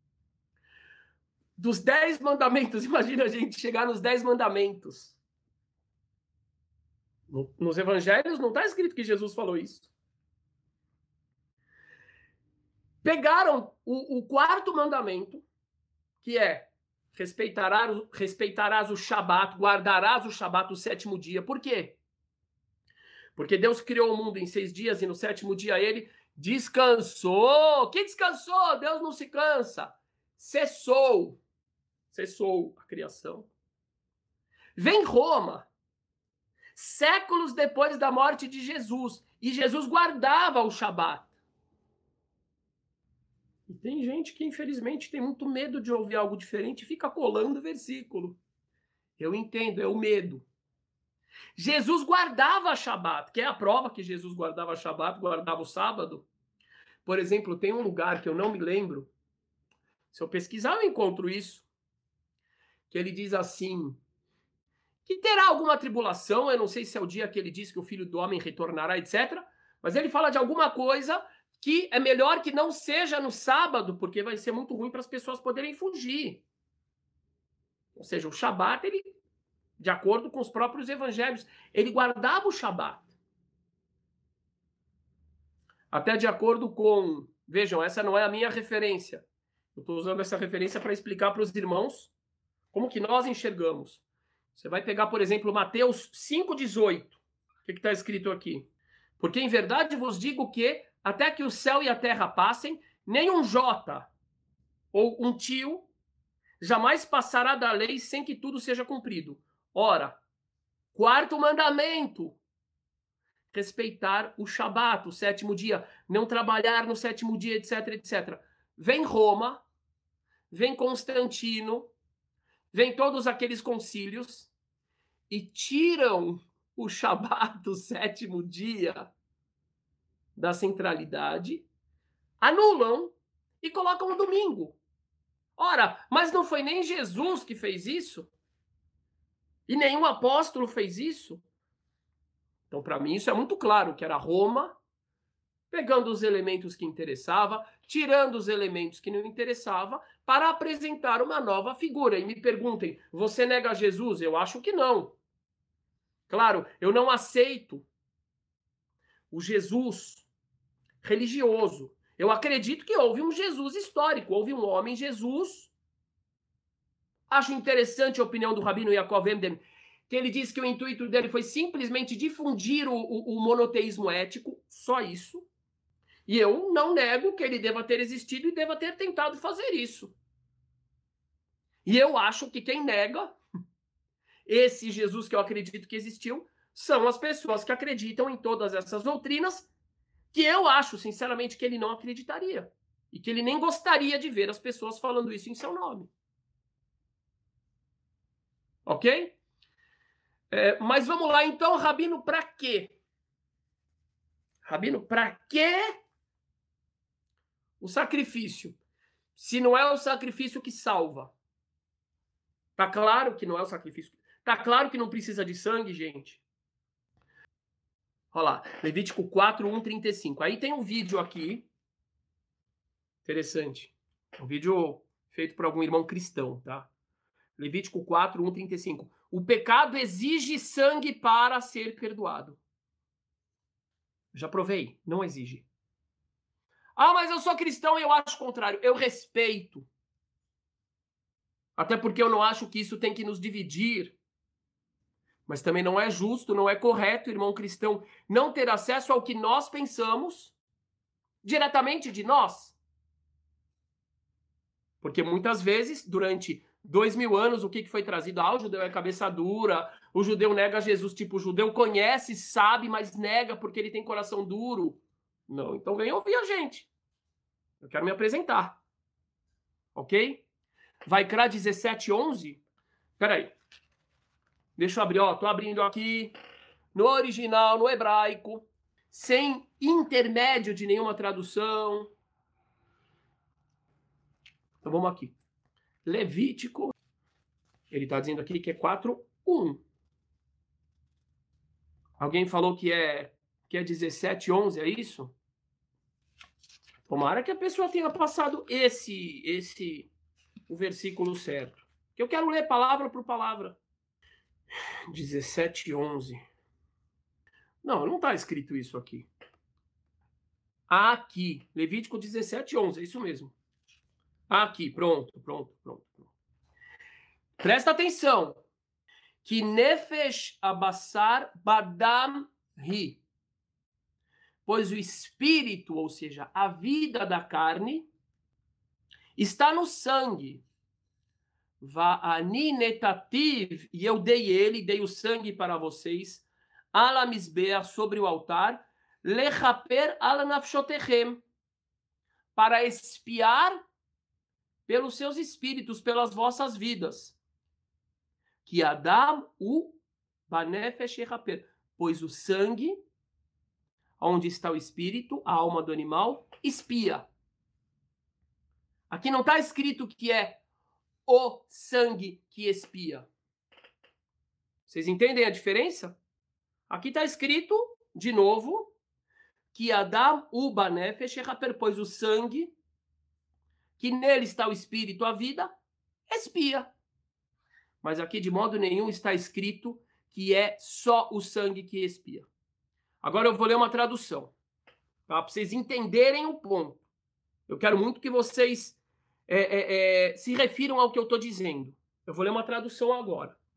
dos dez mandamentos. Imagina a gente chegar nos dez mandamentos. No, nos evangelhos não está escrito que Jesus falou isso. Pegaram o, o quarto mandamento, que é respeitarás, respeitarás o Shabat, guardarás o Shabat o sétimo dia. Por quê? Porque Deus criou o mundo em seis dias e no sétimo dia ele descansou. Que descansou? Deus não se cansa. Cessou. Cessou a criação. Vem Roma, séculos depois da morte de Jesus, e Jesus guardava o Shabat. E tem gente que, infelizmente, tem muito medo de ouvir algo diferente e fica colando o versículo. Eu entendo, é o medo. Jesus guardava a Shabat, que é a prova que Jesus guardava a Shabat, guardava o sábado. Por exemplo, tem um lugar que eu não me lembro, se eu pesquisar eu encontro isso, que ele diz assim, que terá alguma tribulação, eu não sei se é o dia que ele diz que o Filho do Homem retornará, etcétera, mas ele fala de alguma coisa que é melhor que não seja no sábado, porque vai ser muito ruim para as pessoas poderem fugir. Ou seja, o Shabat, ele, de acordo com os próprios evangelhos, ele guardava o Shabat. Até de acordo com... Vejam, essa não é a minha referência. Eu estou usando essa referência para explicar para os irmãos como que nós enxergamos. Você vai pegar, por exemplo, Mateus cinco, dezoito. O que está escrito aqui? Porque em verdade vos digo que, até que o céu e a terra passem, nem um jota ou um tio jamais passará da lei sem que tudo seja cumprido. Ora, quarto mandamento, respeitar o Shabat, o sétimo dia, não trabalhar no sétimo dia, etc, etcétera. Vem Roma, vem Constantino, vem todos aqueles concílios e tiram o Shabat, o sétimo dia, da centralidade, anulam e colocam o domingo. Ora, mas não foi nem Jesus que fez isso? E nenhum apóstolo fez isso? Então, para mim, isso é muito claro, que era Roma, pegando os elementos que interessava, tirando os elementos que não interessavam, para apresentar uma nova figura. E me perguntem, você nega Jesus? Eu acho que não. Claro, eu não aceito o Jesus religioso. Eu acredito que houve um Jesus histórico, houve um homem Jesus. Acho interessante a opinião do Rabino Yaakov Emden, que ele diz que o intuito dele foi simplesmente difundir o, o, o monoteísmo ético, só isso. E eu não nego que ele deva ter existido e deva ter tentado fazer isso. E eu acho que quem nega esse Jesus que eu acredito que existiu são as pessoas que acreditam em todas essas doutrinas, que eu acho, sinceramente, que ele não acreditaria. E que ele nem gostaria de ver as pessoas falando isso em seu nome. Ok? É, mas vamos lá, então, Rabino, para quê? Rabino, para quê o sacrifício? Se não é o sacrifício que salva. Tá claro que não é o sacrifício. Tá claro que não precisa de sangue, gente. Olha lá, Levítico quatro, um, trinta e cinco. Aí tem um vídeo aqui. Interessante. Um vídeo feito por algum irmão cristão, tá? Levítico quatro, um, trinta e cinco. O pecado exige sangue para ser perdoado. Já provei, não exige. Ah, mas eu sou cristão e eu acho o contrário. Eu respeito. Até porque eu não acho que isso tem que nos dividir. Mas também não é justo, não é correto, irmão cristão, não ter acesso ao que nós pensamos diretamente de nós. Porque muitas vezes, durante dois mil anos, o que foi trazido? Ah, o judeu é cabeça dura, o judeu nega Jesus, tipo, o judeu conhece, sabe, mas nega porque ele tem coração duro. Não, então vem ouvir a gente. Eu quero me apresentar. Ok? Vaikra dezessete, onze. Peraí. Deixa eu abrir, ó, tô abrindo aqui no original, no hebraico, sem intermédio de nenhuma tradução. Então vamos aqui. Levítico, ele tá dizendo aqui que é quatro, um. Alguém falou que é, que é dezessete, onze, é isso? Tomara que a pessoa tenha passado esse, esse, o versículo certo. Que eu quero ler palavra por palavra. dezessete, onze. Não, não está escrito isso aqui. Aqui, Levítico dezessete, onze, é isso mesmo. Aqui, pronto, pronto, pronto. pronto. Presta atenção. Que nefesh abassar badam ri. Pois o espírito, ou seja, a vida da carne, está no sangue. Va'ani netativ, e eu dei ele, dei o sangue para vocês, ala misbeah, sobre o altar, lechaper ala nafshotechem, para espiar pelos seus espíritos, pelas vossas vidas. Que Adam u banefesh echaper, pois o sangue, onde está o espírito, a alma do animal, espia. Aqui não está escrito que é o sangue que expia. Vocês entendem a diferença? Aqui está escrito, de novo, que Adam uba nefesh echaper, pois o sangue, que nele está o espírito, a vida, expia. Mas aqui de modo nenhum está escrito que é só o sangue que expia. Agora eu vou ler uma tradução, tá? Para vocês entenderem o ponto. Eu quero muito que vocês É, é, é, se refiram ao que eu estou dizendo. Eu vou ler uma tradução agora.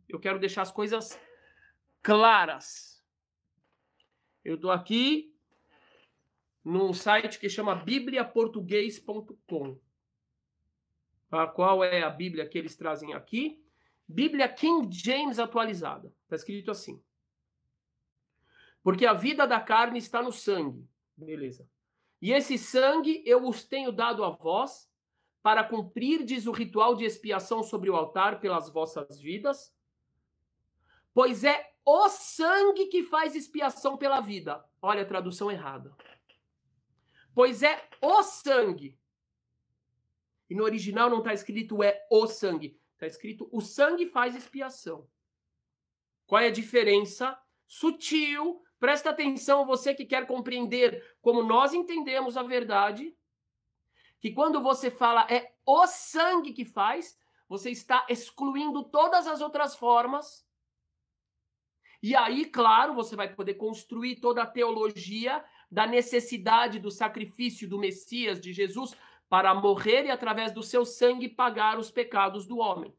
eu quero deixar as coisas claras. Eu estou aqui num site que chama bíblia português ponto com. Ah, qual é a Bíblia que eles trazem aqui? Bíblia King James atualizada. Está escrito assim. Porque a vida da carne está no sangue. Beleza. E esse sangue eu os tenho dado a vós, para cumprirdes o ritual de expiação sobre o altar pelas vossas vidas, pois é o sangue que faz expiação pela vida. Olha a tradução errada. Pois é o sangue. E no original não está escrito é o sangue. Está escrito o sangue faz expiação. Qual é a diferença? Sutil. Presta atenção, você que quer compreender como nós entendemos a verdade. Que quando você fala é o sangue que faz, você está excluindo todas as outras formas. E aí, claro, você vai poder construir toda a teologia da necessidade do sacrifício do Messias, de Jesus, para morrer e, através do seu sangue, pagar os pecados do homem.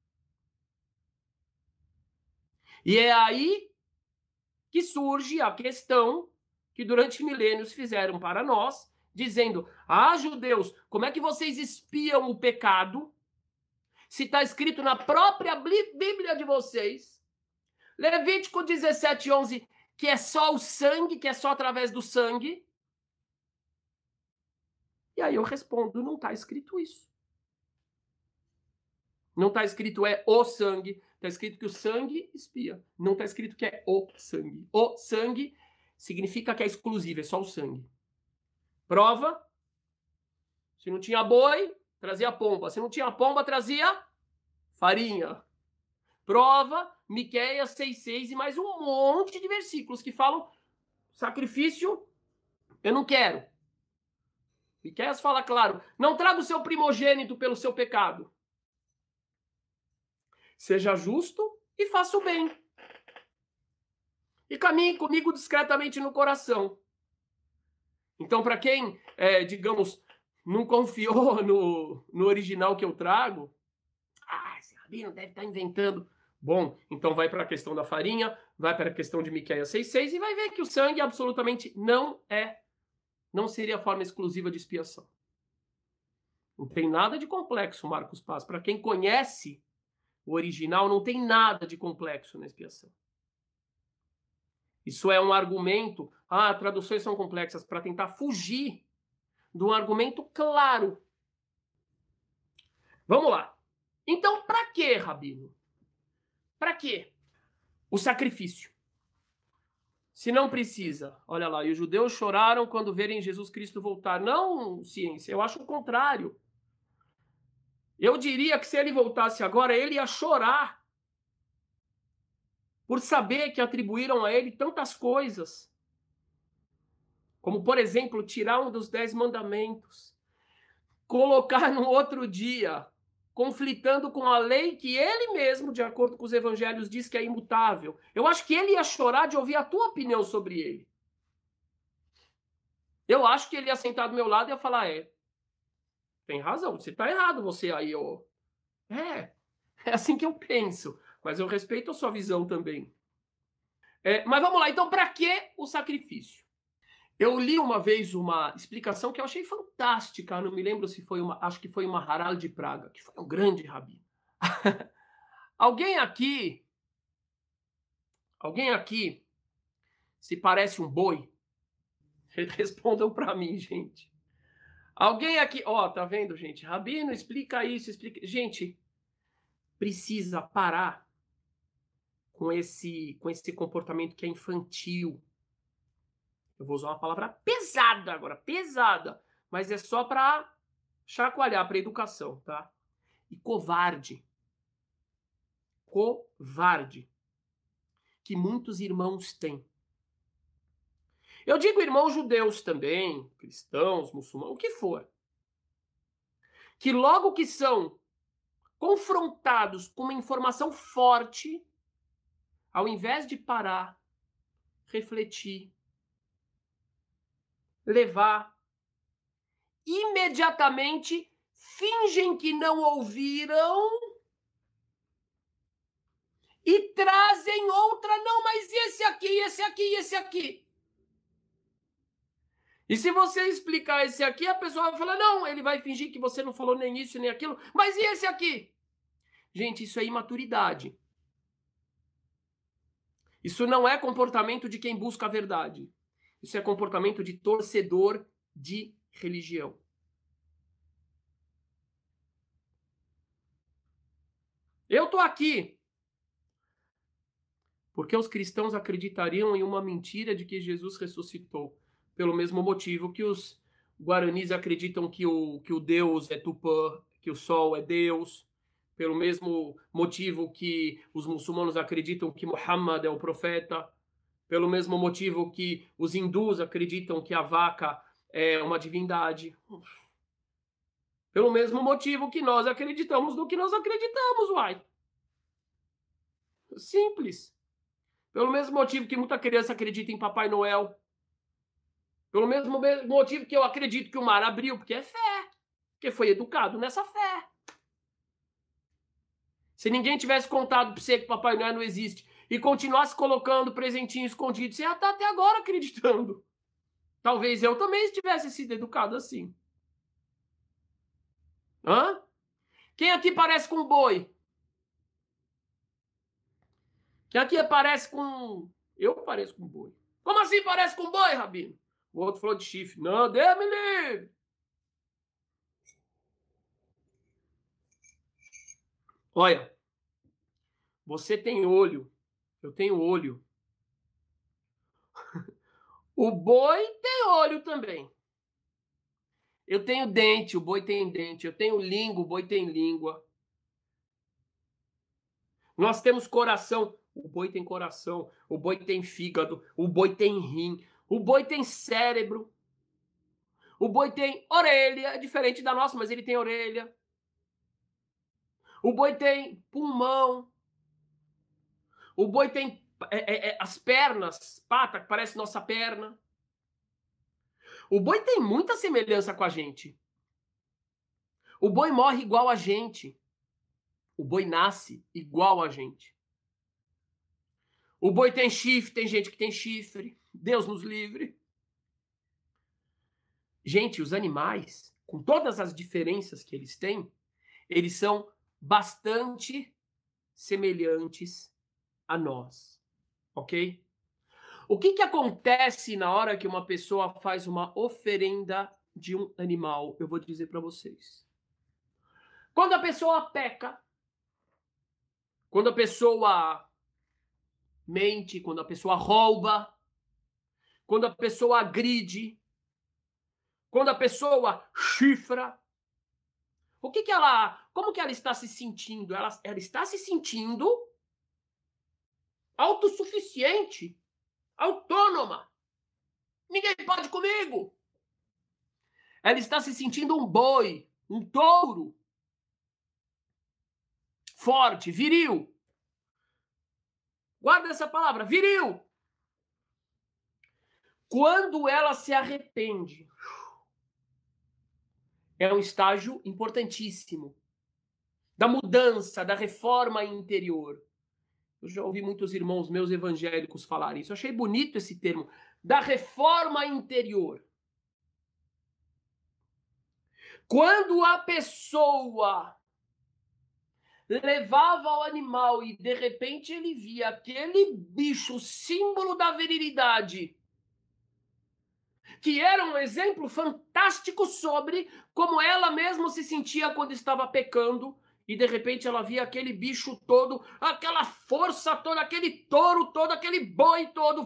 E é aí que surge a questão que durante milênios fizeram para nós, dizendo, ah, judeus, como é que vocês espiam o pecado se está escrito na própria Bíblia de vocês, Levítico dezessete, onze, que é só o sangue, que é só através do sangue? E aí eu respondo, não está escrito isso. Não está escrito é o sangue, está escrito que o sangue espia. Não está escrito que é o sangue. O sangue significa que é exclusivo, é só o sangue. Prova, se não tinha boi, trazia pomba. Se não tinha pomba, trazia farinha. Prova, Miqueias seis, seis e mais um monte de versículos que falam sacrifício, eu não quero. Miqueias fala claro, não traga o seu primogênito pelo seu pecado. Seja justo e faça o bem. E caminhe comigo discretamente no coração. Então, para quem, é, digamos, não confiou no, no original que eu trago, ah, esse rabino deve estar inventando. Bom, então vai para a questão da farinha, vai para a questão de Miqueias seis, seis e vai ver que o sangue absolutamente não é, não seria a forma exclusiva de expiação. Não tem nada de complexo, Marcos Paz. Para quem conhece o original, não tem nada de complexo na expiação. Isso é um argumento, ah, traduções são complexas, para tentar fugir de um argumento claro. Vamos lá. Então, para que, Rabino? Para que o sacrifício? Se não precisa. Olha lá, e os judeus choraram quando verem Jesus Cristo voltar. Não, ciência, eu acho o contrário. Eu diria que se ele voltasse agora, ele ia chorar por saber que atribuíram a ele tantas coisas. Como, por exemplo, tirar um dos dez mandamentos, colocar no outro dia, conflitando com a lei que ele mesmo, de acordo com os evangelhos, diz que é imutável. Eu acho que ele ia chorar de ouvir a tua opinião sobre ele. Eu acho que ele ia sentar do meu lado e ia falar, é, tem razão, você tá errado, você aí, ó. É, é assim que eu penso, mas eu respeito a sua visão também. É, mas vamos lá, então, para que o sacrifício? Eu li uma vez uma explicação que eu achei fantástica, não me lembro se foi uma, acho que foi uma Harald de Praga, que foi um grande rabino. Alguém aqui, alguém aqui se parece um boi? Respondam para mim, gente. Alguém aqui, ó, tá vendo, gente? Rabino, explica isso, explica. Gente, precisa parar com esse, com esse comportamento que é infantil. Eu vou usar uma palavra pesada agora, pesada, mas é só para chacoalhar, para educação, tá? E covarde. Covarde. Que muitos irmãos têm. Eu digo irmãos judeus também, cristãos, muçulmanos, o que for. Que logo que são confrontados com uma informação forte, ao invés de parar, refletir, levar, imediatamente fingem que não ouviram e trazem outra, não, mas esse aqui, esse aqui, esse aqui. E se você explicar esse aqui, a pessoa vai falar, não, ele vai fingir que você não falou nem isso, nem aquilo, mas e esse aqui? Gente, isso é imaturidade. Isso não é comportamento de quem busca a verdade. Isso é comportamento de torcedor de religião. Eu tô aqui porque os cristãos acreditariam em uma mentira de que Jesus ressuscitou, pelo mesmo motivo que os guaranis acreditam que o, que o Deus é Tupã, que o Sol é Deus, pelo mesmo motivo que os muçulmanos acreditam que Muhammad é o profeta, pelo mesmo motivo que os hindus acreditam que a vaca é uma divindade, pelo mesmo motivo que nós acreditamos no que nós acreditamos, uai. Simples. Pelo mesmo motivo que muita criança acredita em Papai Noel. Pelo mesmo motivo que eu acredito que o mar abriu, porque é fé. Porque foi educado nessa fé. Se ninguém tivesse contado pra você que Papai Noel não existe e continuasse colocando presentinho escondido, você ia estar até agora acreditando. Talvez eu também tivesse sido educado assim. Hã? Quem aqui parece com um boi? Quem aqui parece com... Eu pareço com um boi. Como assim parece com um boi, Rabino? O outro falou de chifre. Não, Deus me livre. Olha, você tem olho, eu tenho olho. O boi tem olho também. Eu tenho dente, o boi tem dente. Eu tenho língua, o boi tem língua. Nós temos coração, o boi tem coração. O boi tem fígado, o boi tem rim. O boi tem cérebro. O boi tem orelha, é diferente da nossa, mas ele tem orelha. O boi tem pulmão. O boi tem é, é, as pernas, pata, que parece nossa perna. O boi tem muita semelhança com a gente. O boi morre igual a gente. O boi nasce igual a gente. O boi tem chifre, tem gente que tem chifre. Deus nos livre. Gente, os animais, com todas as diferenças que eles têm, eles são bastante semelhantes a nós, ok? O que que acontece na hora que uma pessoa faz uma oferenda de um animal? Eu vou dizer para vocês. Quando a pessoa peca, quando a pessoa mente, quando a pessoa rouba, quando a pessoa agride, quando a pessoa chifra, o que que ela, como que ela está se sentindo? Ela, ela está se sentindo autossuficiente, autônoma. Ninguém pode comigo. Ela está se sentindo um boi, um touro, forte, viril. Guarda essa palavra, viril. Quando ela se arrepende, é um estágio importantíssimo da mudança, da reforma interior. Eu já ouvi muitos irmãos meus evangélicos falarem isso. Eu achei bonito esse termo, da reforma interior. Quando a pessoa levava o animal e de repente ele via aquele bicho, símbolo da virilidade, que era um exemplo fantástico sobre como ela mesma se sentia quando estava pecando, e de repente ela via aquele bicho todo, aquela força toda, aquele touro todo, aquele boi todo,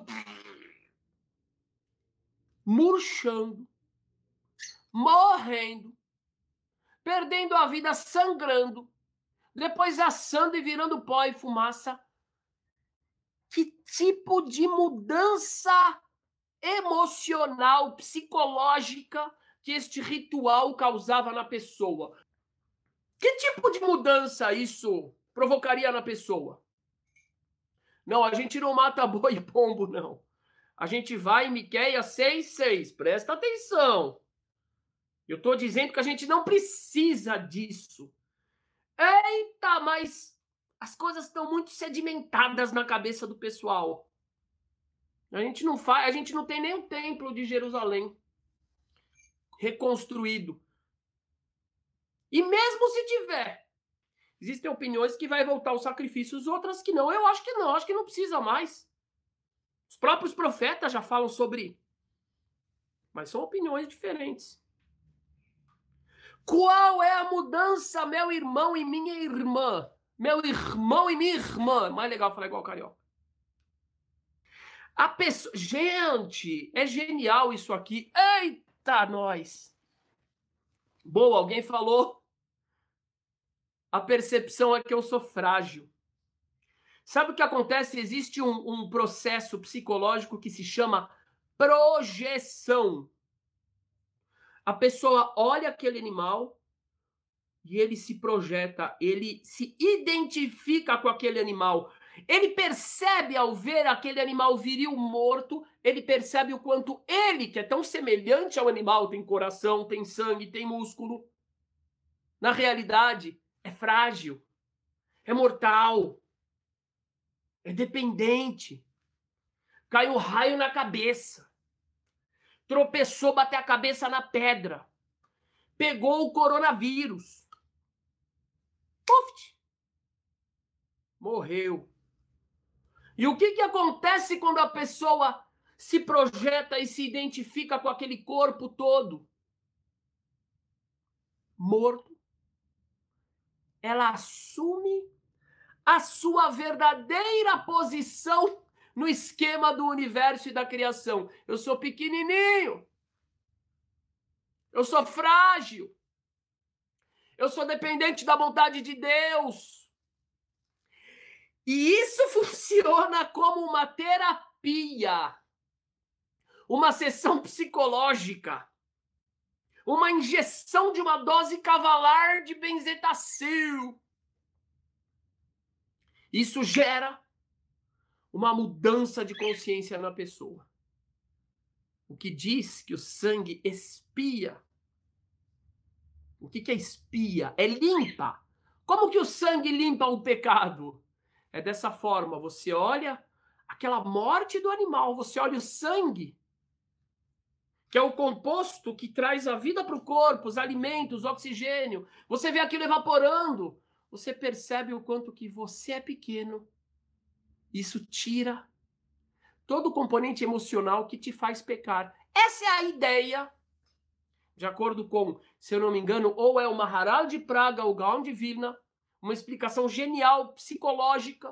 murchando, morrendo, perdendo a vida, sangrando, depois assando e virando pó e fumaça. Que tipo de mudança emocional, psicológica que este ritual causava na pessoa? Que tipo de mudança isso provocaria na pessoa? Não, a gente não mata boi e pombo, não. A gente vai em Miqueias seis, seis. Presta atenção. Eu estou dizendo que a gente não precisa disso. Eita, mas as coisas estão muito sedimentadas na cabeça do pessoal. A gente não faz, a gente não tem nem o templo de Jerusalém reconstruído. E mesmo se tiver, existem opiniões que vai voltar os sacrifícios, outras que não. Eu acho que não, acho que não precisa mais. Os próprios profetas já falam sobre, mas são opiniões diferentes. Qual é a mudança, meu irmão e minha irmã? Meu irmão e minha irmã. Mais legal falar igual carioca. A pessoa... Gente, é genial isso aqui. Eita, nós. Boa, alguém falou. A percepção é que eu sou frágil. Sabe o que acontece? Existe um, um processo psicológico que se chama projeção. A pessoa olha aquele animal e ele se projeta, ele se identifica com aquele animal. Ele percebe, ao ver aquele animal viril morto, ele percebe o quanto ele, que é tão semelhante ao animal, tem coração, tem sangue, tem músculo, na realidade é frágil, é mortal, é dependente. Cai um raio na cabeça. Tropeçou, bateu a cabeça na pedra. Pegou o coronavírus. Puf! Morreu. E o que que acontece quando a pessoa se projeta e se identifica com aquele corpo todo morto? Ela assume a sua verdadeira posição no esquema do universo e da criação. Eu sou pequenininho. Eu sou frágil. Eu sou dependente da vontade de Deus. E isso funciona como uma terapia. Uma sessão psicológica. Uma injeção de uma dose cavalar de benzetacil. Isso gera uma mudança de consciência na pessoa. O que diz que o sangue expia. O que que é expia? É limpa. Como que o sangue limpa o pecado? É dessa forma, você olha aquela morte do animal, você olha o sangue, que é o composto que traz a vida para o corpo, os alimentos, o oxigênio. Você vê aquilo evaporando, você percebe o quanto que você é pequeno. Isso tira todo o componente emocional que te faz pecar. Essa é a ideia, de acordo com, se eu não me engano, ou é o Maharal de Praga ou Gaon de Vilna, uma explicação genial, psicológica,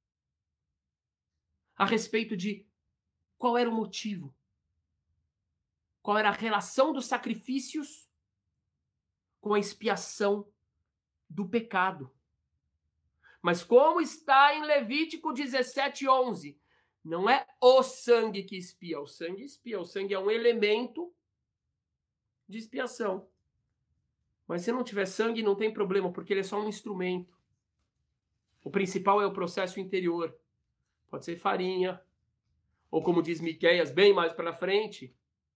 a respeito de qual era o motivo, qual era a relação dos sacrifícios com a expiação do pecado. Mas como está em Levítico dezessete, onze, não é o sangue que expia, o sangue expia, o sangue é um elemento de expiação. Mas se não tiver sangue, não tem problema, porque ele é só um instrumento. O principal é o processo interior. Pode ser farinha, ou como diz Miqueias, bem mais para frente,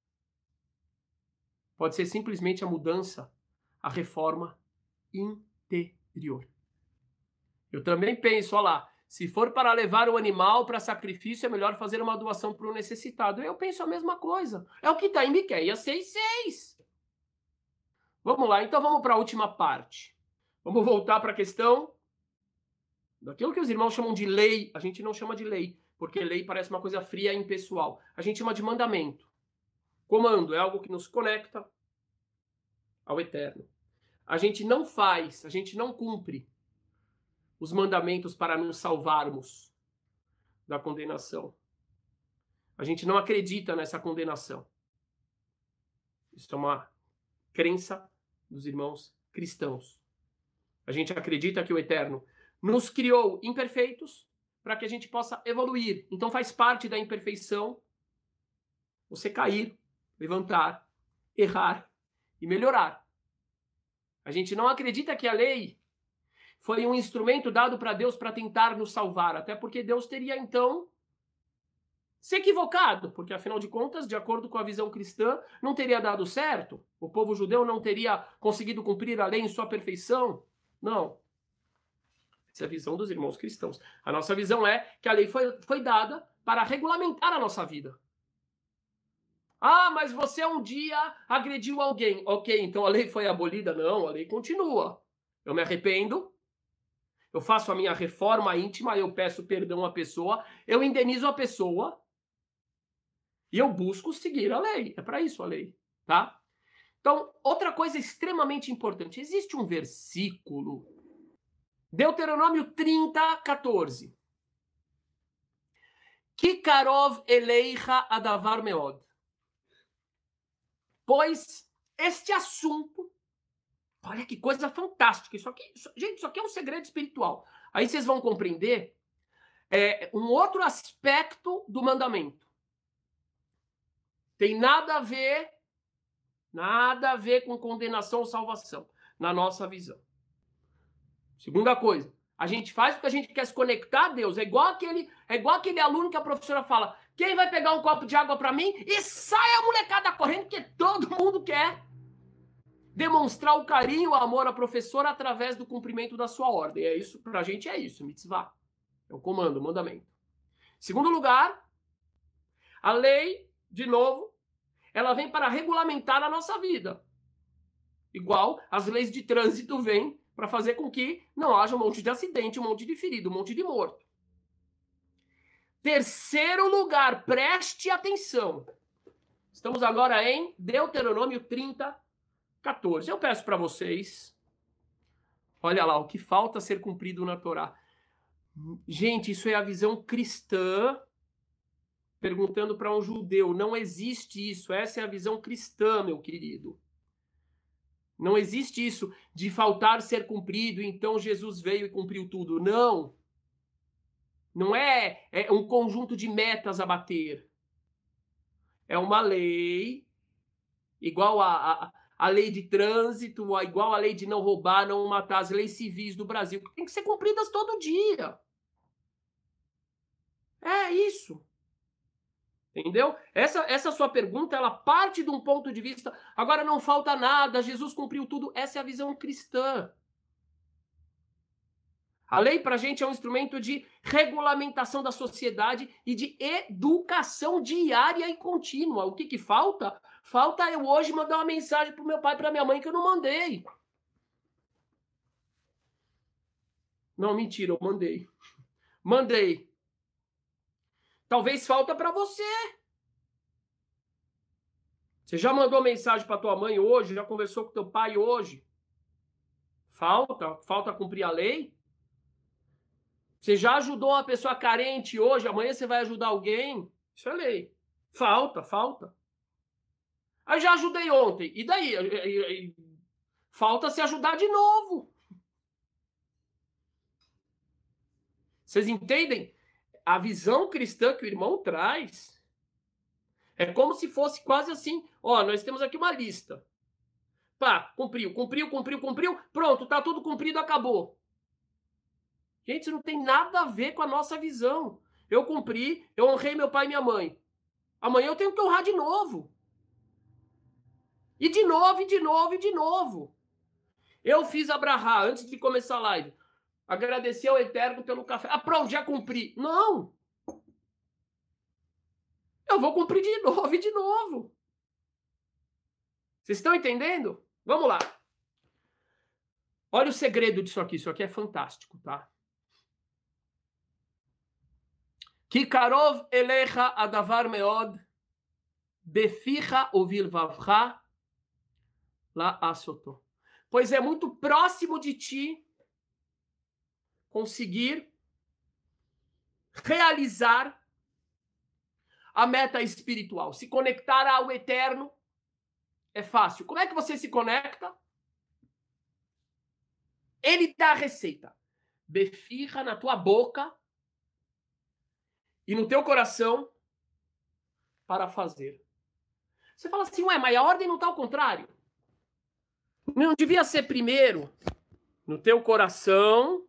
pode ser simplesmente a mudança, a reforma interior. Eu também penso, olha lá, se for para levar o animal para sacrifício, é melhor fazer uma doação para o necessitado. Eu penso a mesma coisa. É o que está em Miqueias seis, seis. Vamos lá, então vamos para a última parte. Vamos voltar para a questão daquilo que os irmãos chamam de lei. A gente não chama de lei, porque lei parece uma coisa fria e impessoal. A gente chama de mandamento. Comando é algo que nos conecta ao eterno. A gente não faz, a gente não cumpre os mandamentos para nos salvarmos da condenação. A gente não acredita nessa condenação. Isso é uma crença dos irmãos cristãos. A gente acredita que o Eterno nos criou imperfeitos para que a gente possa evoluir. Então faz parte da imperfeição você cair, levantar, errar e melhorar. A gente não acredita que a lei foi um instrumento dado para Deus para tentar nos salvar, até porque Deus teria, então, se equivocado, porque, afinal de contas, de acordo com a visão cristã, não teria dado certo, o povo judeu não teria conseguido cumprir a lei em sua perfeição. Não. Essa é a visão dos irmãos cristãos. A nossa visão é que a lei foi, foi dada para regulamentar a nossa vida. Ah, mas você um dia agrediu alguém. Ok, então a lei foi abolida? Não, a lei continua. Eu me arrependo, eu faço a minha reforma íntima, eu peço perdão à pessoa, eu indenizo a pessoa e eu busco seguir a lei. É para isso a lei, tá? Então, outra coisa extremamente importante. Existe um versículo, Deuteronômio trinta, quatorze. Ki karov eleicha adavar meod. Pois este assunto, olha que coisa fantástica, isso aqui, isso, gente, isso aqui é um segredo espiritual. Aí vocês vão compreender é, um outro aspecto do mandamento. Tem nada a ver, nada a ver com condenação ou salvação, na nossa visão. Segunda coisa, a gente faz porque a gente quer se conectar a Deus. É igual aquele, é igual aquele aluno que a professora fala, quem vai pegar um copo de água para mim? E sai a molecada correndo, porque todo mundo quer demonstrar o carinho, o amor à professora através do cumprimento da sua ordem. É isso, pra gente é isso, mitzvah. É o comando, o mandamento. Segundo lugar, a lei, de novo, ela vem para regulamentar a nossa vida. Igual as leis de trânsito vêm para fazer com que não haja um monte de acidente, um monte de ferido, um monte de morto. Terceiro lugar, preste atenção. Estamos agora em Deuteronômio trinta, quatorze. Eu peço para vocês, olha lá, o que falta ser cumprido na Torá. Gente, isso é a visão cristã, perguntando para um judeu. Não existe isso, essa é a visão cristã, meu querido. Não existe isso de faltar ser cumprido, então Jesus veio e cumpriu tudo. Não. Não é, é um conjunto de metas a bater. É uma lei, igual a, a, a lei de trânsito, igual a lei de não roubar, não matar, as leis civis do Brasil, que tem que ser cumpridas todo dia. É isso. Entendeu? Essa, essa sua pergunta, ela parte de um ponto de vista, agora não falta nada, Jesus cumpriu tudo. Essa é a visão cristã. A lei para a gente é um instrumento de regulamentação da sociedade e de educação diária e contínua. O que que falta? Falta eu hoje mandar uma mensagem para o meu pai e para minha mãe que eu não mandei. Não, mentira, eu mandei. Mandei. Talvez falta para você. Você já mandou mensagem para tua mãe hoje? Já conversou com teu pai hoje? Falta? Falta cumprir a lei? Você já ajudou uma pessoa carente hoje? Amanhã você vai ajudar alguém? Isso é lei. Falta, falta. Aí já ajudei ontem. E daí? Falta se ajudar de novo. Vocês entendem? A visão cristã que o irmão traz é como se fosse quase assim, ó, nós temos aqui uma lista. Pá, cumpriu, cumpriu, cumpriu, cumpriu, pronto, tá tudo cumprido, acabou. Gente, isso não tem nada a ver com a nossa visão. Eu cumpri, eu honrei meu pai e minha mãe. Amanhã eu tenho que honrar de novo. E de novo, e de novo, e de novo. Eu fiz a brahá antes de começar a live. Agradecer ao Eterno pelo café. Ah, pronto, já cumpri. Não. Eu vou cumprir de novo e de novo. Vocês estão entendendo? Vamos lá. Olha o segredo disso aqui. Isso aqui é fantástico, tá? Ki karov elecha adavar meod, beficha uvilvavcha la asoto. Pois é muito próximo de ti conseguir realizar a meta espiritual. Se conectar ao Eterno é fácil. Como é que você se conecta? Ele dá a receita. Beficha na tua boca e no teu coração para fazer. Você fala assim, ué, mas a ordem não está ao contrário? Não devia ser primeiro no teu coração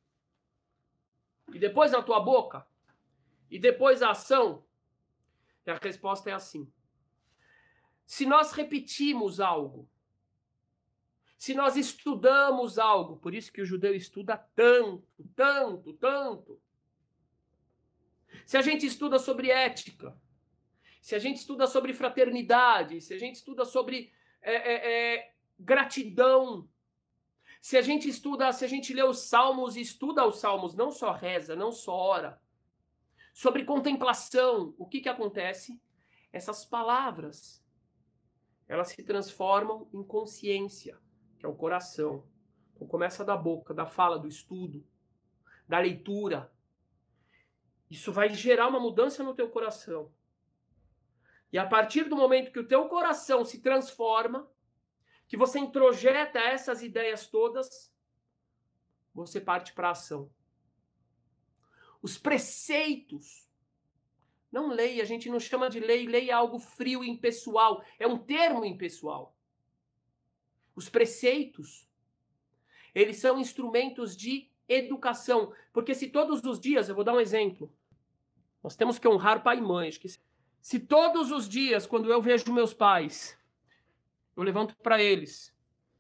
e depois na tua boca e depois a ação? E a resposta é assim. Se nós repetimos algo, se nós estudamos algo, por isso que o judeu estuda tanto, tanto, tanto. Se a gente estuda sobre ética, se a gente estuda sobre fraternidade, se a gente estuda sobre é, é, é, gratidão, se a gente estuda, se a gente lê os salmos e estuda os salmos, não só reza, não só ora, sobre contemplação, o que que acontece? Essas palavras, elas se transformam em consciência, que é o coração. Então começa da boca, da fala, do estudo, da leitura. Isso vai gerar uma mudança no teu coração. E a partir do momento que o teu coração se transforma, que você introjeta essas ideias todas, você parte para a ação. Os preceitos. Não lei, a gente não chama de lei, lei é algo frio e impessoal, é um termo impessoal. Os preceitos, eles são instrumentos de educação, porque se todos os dias, eu vou dar um exemplo, nós temos que honrar pai e mãe, que se todos os dias, quando eu vejo meus pais, eu levanto para eles,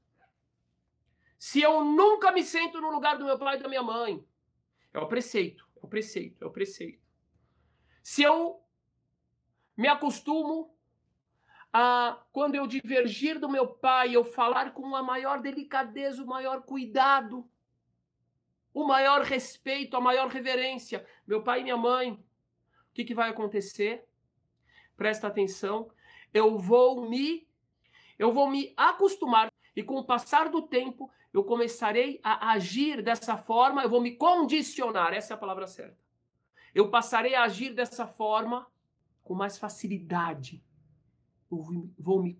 se eu nunca me sento no lugar do meu pai e da minha mãe, é o preceito, é o preceito, é o preceito. Se eu me acostumo a, quando eu divergir do meu pai, eu falar com a maior delicadeza, o maior cuidado, o maior respeito, a maior reverência, meu pai e minha mãe, o que, que vai acontecer? Presta atenção, eu vou me, eu vou me acostumar e com o passar do tempo eu começarei a agir dessa forma, eu vou me condicionar, essa é a palavra certa. Eu passarei a agir dessa forma com mais facilidade. Eu vou me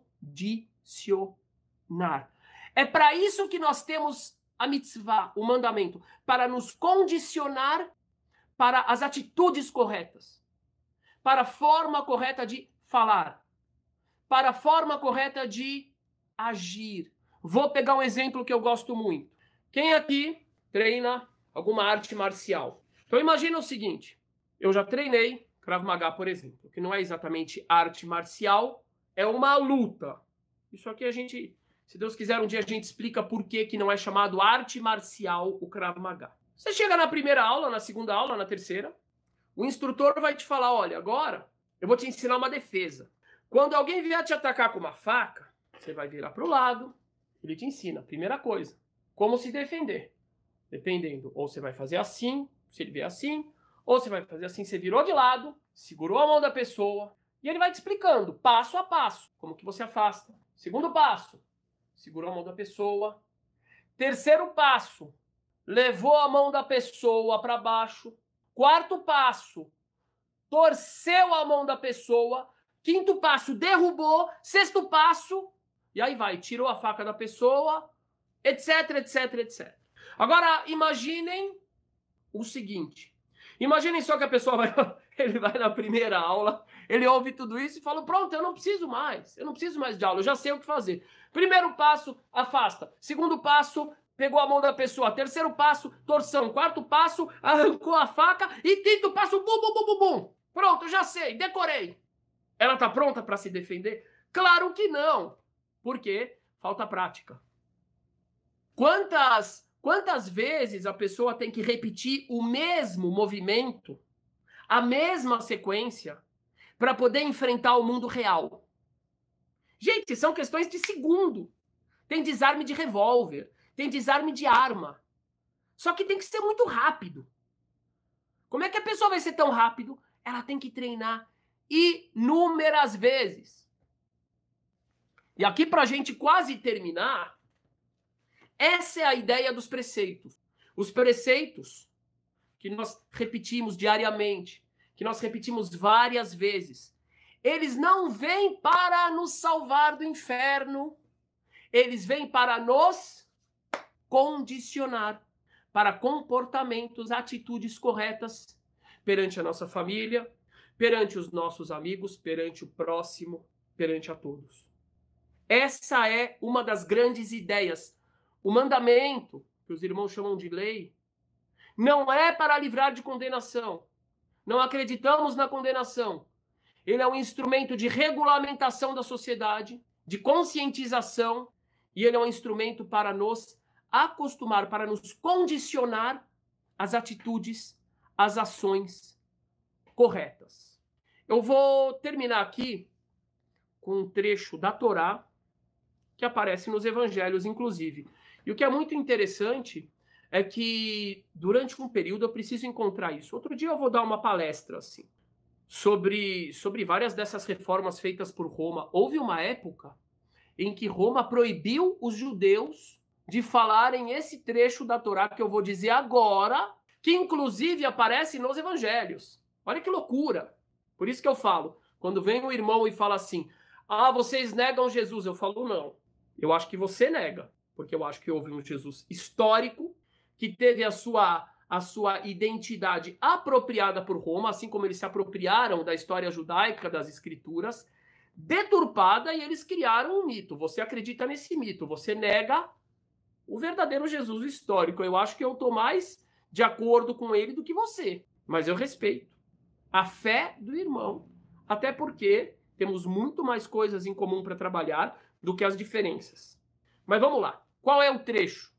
condicionar. É para isso que nós temos a mitzvah, o mandamento, para nos condicionar para as atitudes corretas, para a forma correta de falar, para a forma correta de agir. Vou pegar um exemplo que eu gosto muito. Quem aqui treina alguma arte marcial? Então imagina o seguinte, eu já treinei Krav Maga, por exemplo, que não é exatamente arte marcial, é uma luta. Isso aqui a gente, se Deus quiser, um dia a gente explica por que que não é chamado arte marcial o Krav Maga. Você chega na primeira aula, na segunda aula, na terceira, o instrutor vai te falar, olha, agora eu vou te ensinar uma defesa. Quando alguém vier te atacar com uma faca, você vai virar para o lado, ele te ensina, primeira coisa, como se defender. Dependendo, ou você vai fazer assim, se ele vier assim, ou você vai fazer assim, você virou de lado, segurou a mão da pessoa, e ele vai te explicando, passo a passo, como que você afasta. Segundo passo, segurou a mão da pessoa. Terceiro passo, levou a mão da pessoa para baixo. Quarto passo, torceu a mão da pessoa. Quinto passo, derrubou. Sexto passo, e aí vai, tirou a faca da pessoa, etc, etc, etcétera. Agora, imaginem o seguinte. Imaginem só que a pessoa vai, ele vai na primeira aula, ele ouve tudo isso e fala, pronto, eu não preciso mais, eu não preciso mais de aula, eu já sei o que fazer. Primeiro passo, afasta. Segundo passo, pegou a mão da pessoa. Terceiro passo, torção. Quarto passo, arrancou a faca. E quinto passo, bum, bum, bum, bum, bum. Pronto, já sei, decorei. Ela tá pronta para se defender? Claro que não. Por quê? Falta prática. Quantas... Quantas vezes a pessoa tem que repetir o mesmo movimento, a mesma sequência, para poder enfrentar o mundo real? Gente, são questões de segundo. Tem desarme de revólver, tem desarme de arma. Só que tem que ser muito rápido. Como é que a pessoa vai ser tão rápido? Ela tem que treinar inúmeras vezes. E aqui, para a gente quase terminar, essa é a ideia dos preceitos. Os preceitos que nós repetimos diariamente, que nós repetimos várias vezes, eles não vêm para nos salvar do inferno, eles vêm para nos condicionar para comportamentos, atitudes corretas perante a nossa família, perante os nossos amigos, perante o próximo, perante a todos. Essa é uma das grandes ideias. O mandamento, que os irmãos chamam de lei, não é para livrar de condenação. Não acreditamos na condenação. Ele é um instrumento de regulamentação da sociedade, de conscientização E ele é um instrumento para nos acostumar, para nos condicionar às atitudes, às ações corretas. Eu vou terminar aqui com um trecho da Torá que aparece nos evangelhos, inclusive. E o que é muito interessante é que durante um período eu preciso encontrar isso. Outro dia eu vou dar uma palestra assim sobre, sobre várias dessas reformas feitas por Roma. Houve uma época em que Roma proibiu os judeus de falarem esse trecho da Torá que eu vou dizer agora, que inclusive aparece nos evangelhos. Olha que loucura! Por isso que eu falo, quando vem um irmão e fala assim, ah, vocês negam Jesus, eu falo não. Eu acho que você nega, porque eu acho que houve um Jesus histórico que teve a sua, a sua identidade apropriada por Roma, assim como eles se apropriaram da história judaica, das escrituras, deturpada, e eles criaram um mito. Você acredita nesse mito, você nega o verdadeiro Jesus histórico. Eu acho que eu estou mais de acordo com ele do que você, mas eu respeito a fé do irmão, até porque temos muito mais coisas em comum para trabalhar do que as diferenças. Mas vamos lá. Qual é o trecho?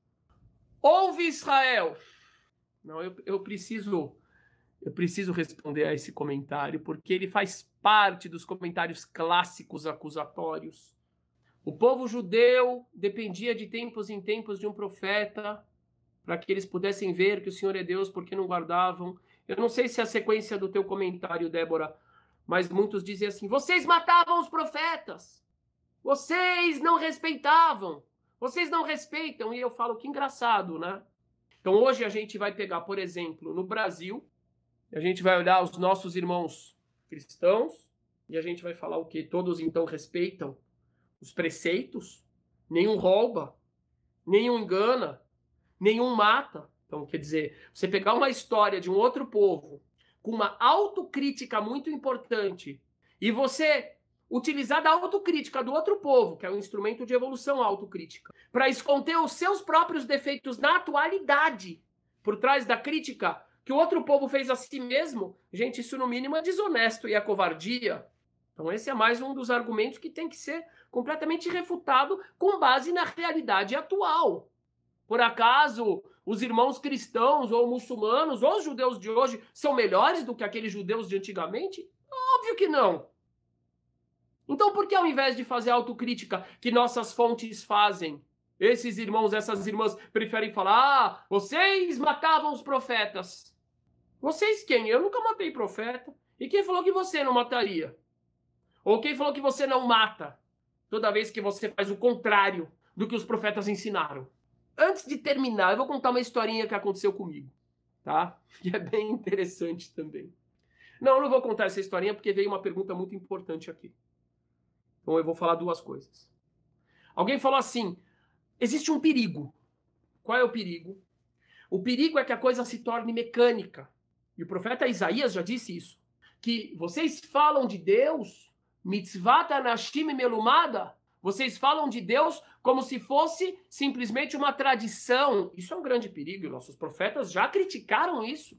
Ouve, Israel. Não, eu, eu preciso eu preciso responder a esse comentário, porque ele faz parte dos comentários clássicos acusatórios. O povo judeu dependia de tempos em tempos de um profeta para que eles pudessem ver que o Senhor é Deus, porque não guardavam. Eu não sei se é a sequência do teu comentário, Débora, mas muitos dizem assim, vocês matavam os profetas, vocês não respeitavam, vocês não respeitam. E eu falo, que engraçado, né? Então hoje a gente vai pegar, por exemplo, no Brasil, a gente vai olhar os nossos irmãos cristãos e a gente vai falar o quê? Todos então respeitam os preceitos, nenhum rouba, nenhum engana, nenhum mata. Então, quer dizer, você pegar uma história de um outro povo com uma autocrítica muito importante e você utilizar da autocrítica do outro povo, que é um instrumento de evolução autocrítica, para esconder os seus próprios defeitos na atualidade, por trás da crítica que o outro povo fez a si mesmo, gente, isso no mínimo é desonesto e é covardia. Então esse é mais um dos argumentos que tem que ser completamente refutado com base na realidade atual. Por acaso os irmãos cristãos ou muçulmanos ou os judeus de hoje são melhores do que aqueles judeus de antigamente? Óbvio que não. Então por que ao invés de fazer autocrítica que nossas fontes fazem, esses irmãos, essas irmãs preferem falar, ah, vocês matavam os profetas. Vocês quem? Eu nunca matei profeta. E quem falou que você não mataria? Ou quem falou que você não mata? Toda vez que você faz o contrário do que os profetas ensinaram. Antes de terminar, eu vou contar uma historinha que aconteceu comigo, tá? Que é bem interessante também. Não, eu não vou contar essa historinha porque veio uma pergunta muito importante aqui. Então eu vou falar duas coisas. Alguém falou assim, existe um perigo. Qual é o perigo? O perigo é que a coisa se torne mecânica. E o profeta Isaías já disse isso. Que vocês falam de Deus, mitzvata nashim melumada, vocês falam de Deus como se fosse simplesmente uma tradição. Isso é um grande perigo. Nossos profetas já criticaram isso.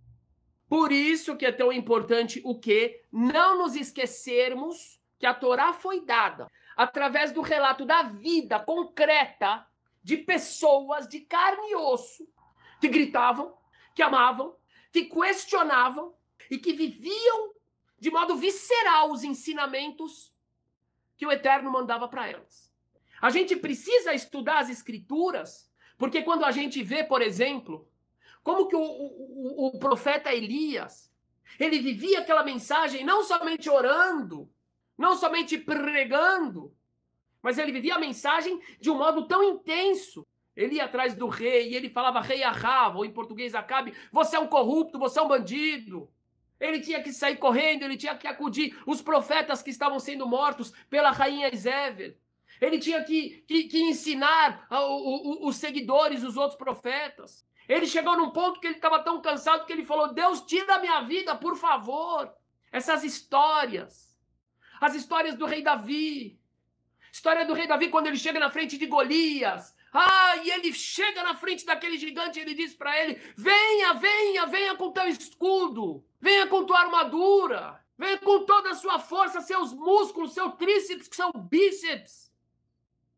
Por isso que é tão importante o quê? Não nos esquecermos que a Torá foi dada através do relato da vida concreta de pessoas de carne e osso que gritavam, que amavam, que questionavam e que viviam de modo visceral os ensinamentos que o Eterno mandava para elas. A gente precisa estudar as Escrituras, porque quando a gente vê, por exemplo, como que o, o, o profeta Elias, ele vivia aquela mensagem não somente orando, não somente pregando, mas ele vivia a mensagem de um modo tão intenso. Ele ia atrás do rei e ele falava rei Ahav, ou em português Acabe, você é um corrupto, você é um bandido. Ele tinha que sair correndo, ele tinha que acudir os profetas que estavam sendo mortos pela rainha Izével. Ele tinha que, que, que ensinar a, o, o, os seguidores, os outros profetas. Ele chegou num ponto que ele estava tão cansado que ele falou, Deus, tira a minha vida, por favor. Essas histórias, as histórias do rei Davi, história do rei Davi quando ele chega na frente de Golias. Ah, e ele chega na frente daquele gigante e ele diz para ele, venha, venha, venha com teu escudo, venha com tua armadura, venha com toda a sua força, seus músculos, seu tríceps, seu bíceps.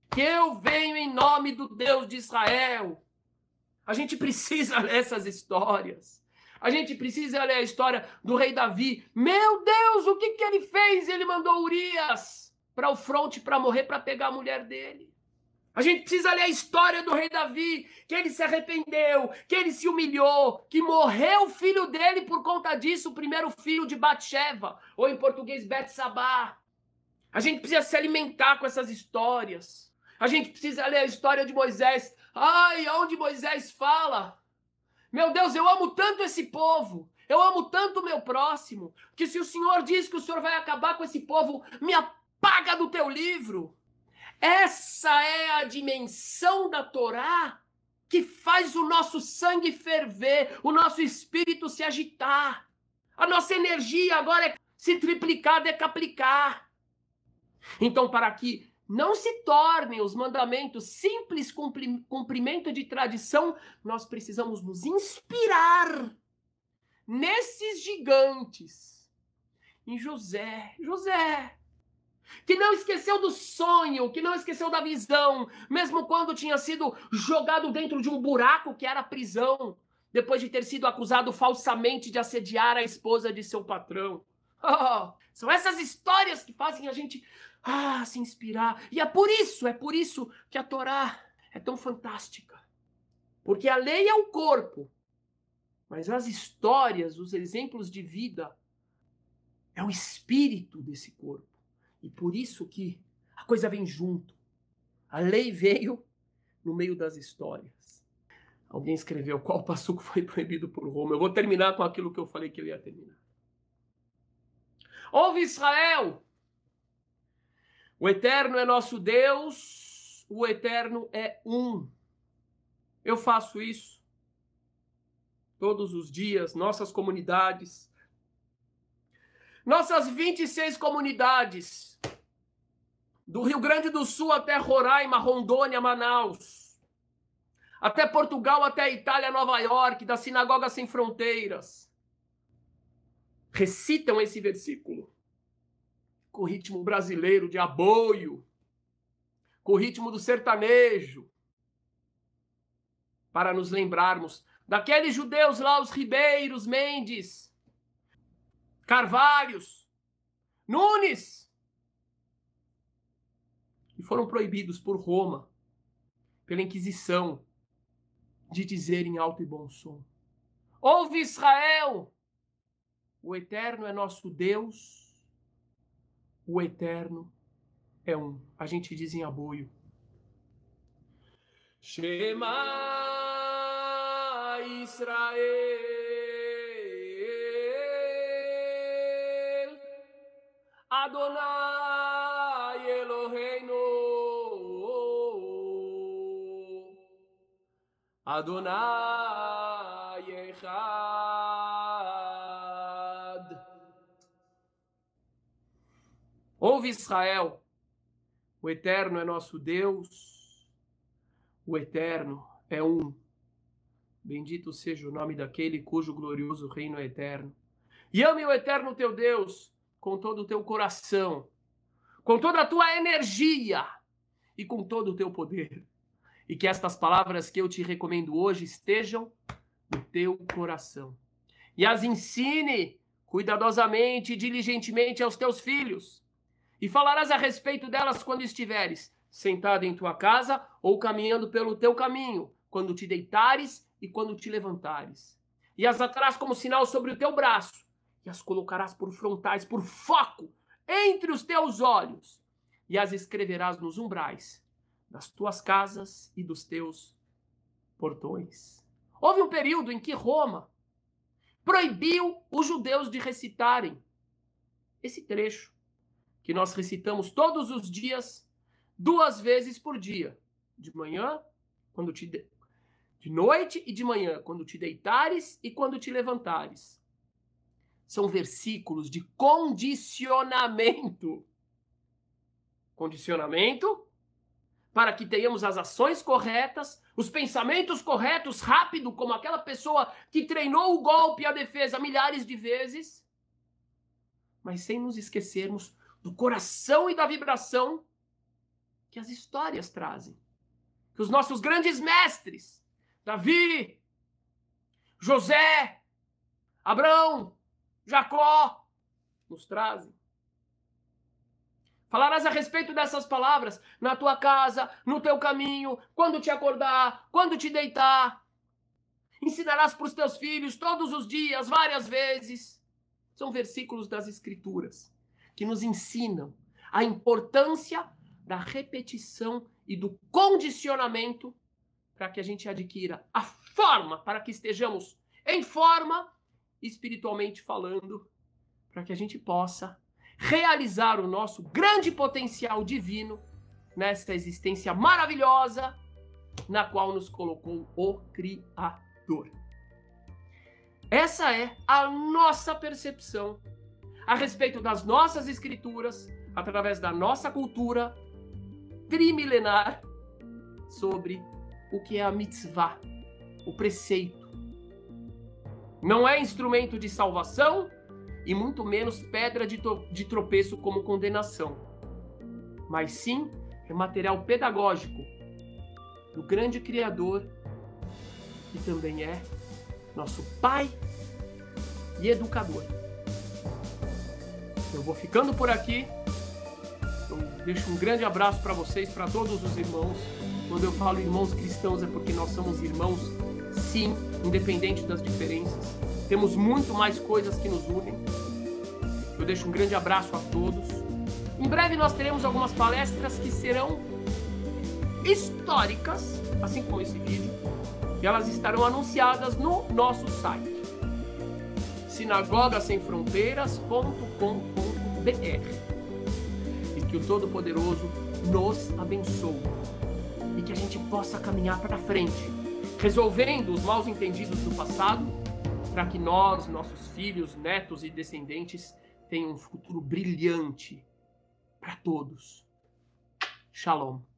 que eu venho em nome do Deus de Israel. A gente precisa ler essas histórias. A gente precisa ler a história do rei Davi. Meu Deus, o que, que ele fez? Ele mandou Urias para o fronte para morrer, para pegar a mulher dele. A gente precisa ler a história do rei Davi, que ele se arrependeu, que ele se humilhou, que morreu o filho dele por conta disso, o primeiro filho de Batsheva, ou em português Betsabá. A gente precisa se alimentar com essas histórias. A gente precisa ler a história de Moisés. Ai, onde Moisés fala: meu Deus, eu amo tanto esse povo, eu amo tanto o meu próximo, que se o Senhor diz que o Senhor vai acabar com esse povo, me apaga do teu livro. Essa é a dimensão da Torá que faz o nosso sangue ferver, o nosso espírito se agitar. A nossa energia agora é se triplicar, decaplicar. Então, para que não se tornem os mandamentos simples cumprimento de tradição, nós precisamos nos inspirar nesses gigantes. Em José, José, que não esqueceu do sonho, que não esqueceu da visão, mesmo quando tinha sido jogado dentro de um buraco que era a prisão, depois de ter sido acusado falsamente de assediar a esposa de seu patrão. Oh, são essas histórias que fazem a gente ah, se inspirar. E é por isso, é por isso que a Torá é tão fantástica. Porque a lei é o corpo, mas as histórias, os exemplos de vida, é o espírito desse corpo. E por isso que a coisa vem junto. A lei veio no meio das histórias. Alguém escreveu qual passuco foi proibido por Roma. Eu vou terminar com aquilo que eu falei que eu ia terminar. Ouve, Israel! O Eterno é nosso Deus, o Eterno é um. Eu faço isso todos os dias, nossas comunidades, nossas vinte e seis comunidades, do Rio Grande do Sul até Roraima, Rondônia, Manaus, até Portugal, até Itália, Nova York, da Sinagoga Sem Fronteiras, recitam esse versículo com o ritmo brasileiro de aboio, com o ritmo do sertanejo, para nos lembrarmos daqueles judeus lá, os Ribeiros, Mendes, Carvalhos, Nunes, que foram proibidos por Roma, pela Inquisição, de dizer em alto e bom som: ouve, Israel, o Eterno é nosso Deus, o Eterno é um. A gente diz em aboio: Shema Israel, Adonai Eloheinu, Adonai Echad. Ouve, Israel, o Eterno é nosso Deus, o Eterno é um. Bendito seja o nome daquele cujo glorioso reino é eterno. E ame o Eterno teu Deus com todo o teu coração, com toda a tua energia e com todo o teu poder. E que estas palavras que eu te recomendo hoje estejam no teu coração. E as ensine cuidadosamente e diligentemente aos teus filhos. E falarás a respeito delas quando estiveres sentado em tua casa ou caminhando pelo teu caminho, quando te deitares e quando te levantares. E as atarás como sinal sobre o teu braço, e as colocarás por frontais, por foco, entre os teus olhos, e as escreverás nos umbrais das tuas casas e dos teus portões. Houve um período em que Roma proibiu os judeus de recitarem esse trecho, que nós recitamos todos os dias, duas vezes por dia, de manhã, quando te de... de noite e de manhã, quando te deitares e quando te levantares. São versículos de condicionamento. Condicionamento para que tenhamos as ações corretas, os pensamentos corretos, rápido, como aquela pessoa que treinou o golpe e a defesa milhares de vezes, mas sem nos esquecermos do coração e da vibração que as histórias trazem, que os nossos grandes mestres, Davi, José, Abraão, Jacó, nos trazem. Falarás a respeito dessas palavras na tua casa, no teu caminho, quando te acordar, quando te deitar. Ensinarás para os teus filhos todos os dias, várias vezes. São versículos das Escrituras que nos ensinam a importância da repetição e do condicionamento para que a gente adquira a forma, para que estejamos em forma, espiritualmente falando, para que a gente possa realizar o nosso grande potencial divino nesta existência maravilhosa na qual nos colocou o Criador. Essa é a nossa percepção a respeito das nossas escrituras, através da nossa cultura trimilenar, sobre o que é a mitzvah, o preceito. Não é instrumento de salvação e muito menos pedra de, de tropeço como condenação, mas sim é material pedagógico do grande Criador, que também é nosso Pai e Educador. Eu vou ficando por aqui. Eu deixo um grande abraço para vocês, para todos os irmãos. Quando eu falo irmãos cristãos é porque nós somos irmãos, sim, independente das diferenças. Temos muito mais coisas que nos unem. Eu deixo um grande abraço a todos. Em breve nós teremos algumas palestras que serão históricas, assim como esse vídeo, e elas estarão anunciadas no nosso site sinagoga sem fronteiras ponto com ponto b r. E que o Todo-Poderoso nos abençoe e que a gente possa caminhar para frente, resolvendo os maus entendidos do passado, para que nós, nossos filhos, netos e descendentes tenham um futuro brilhante para todos. Shalom.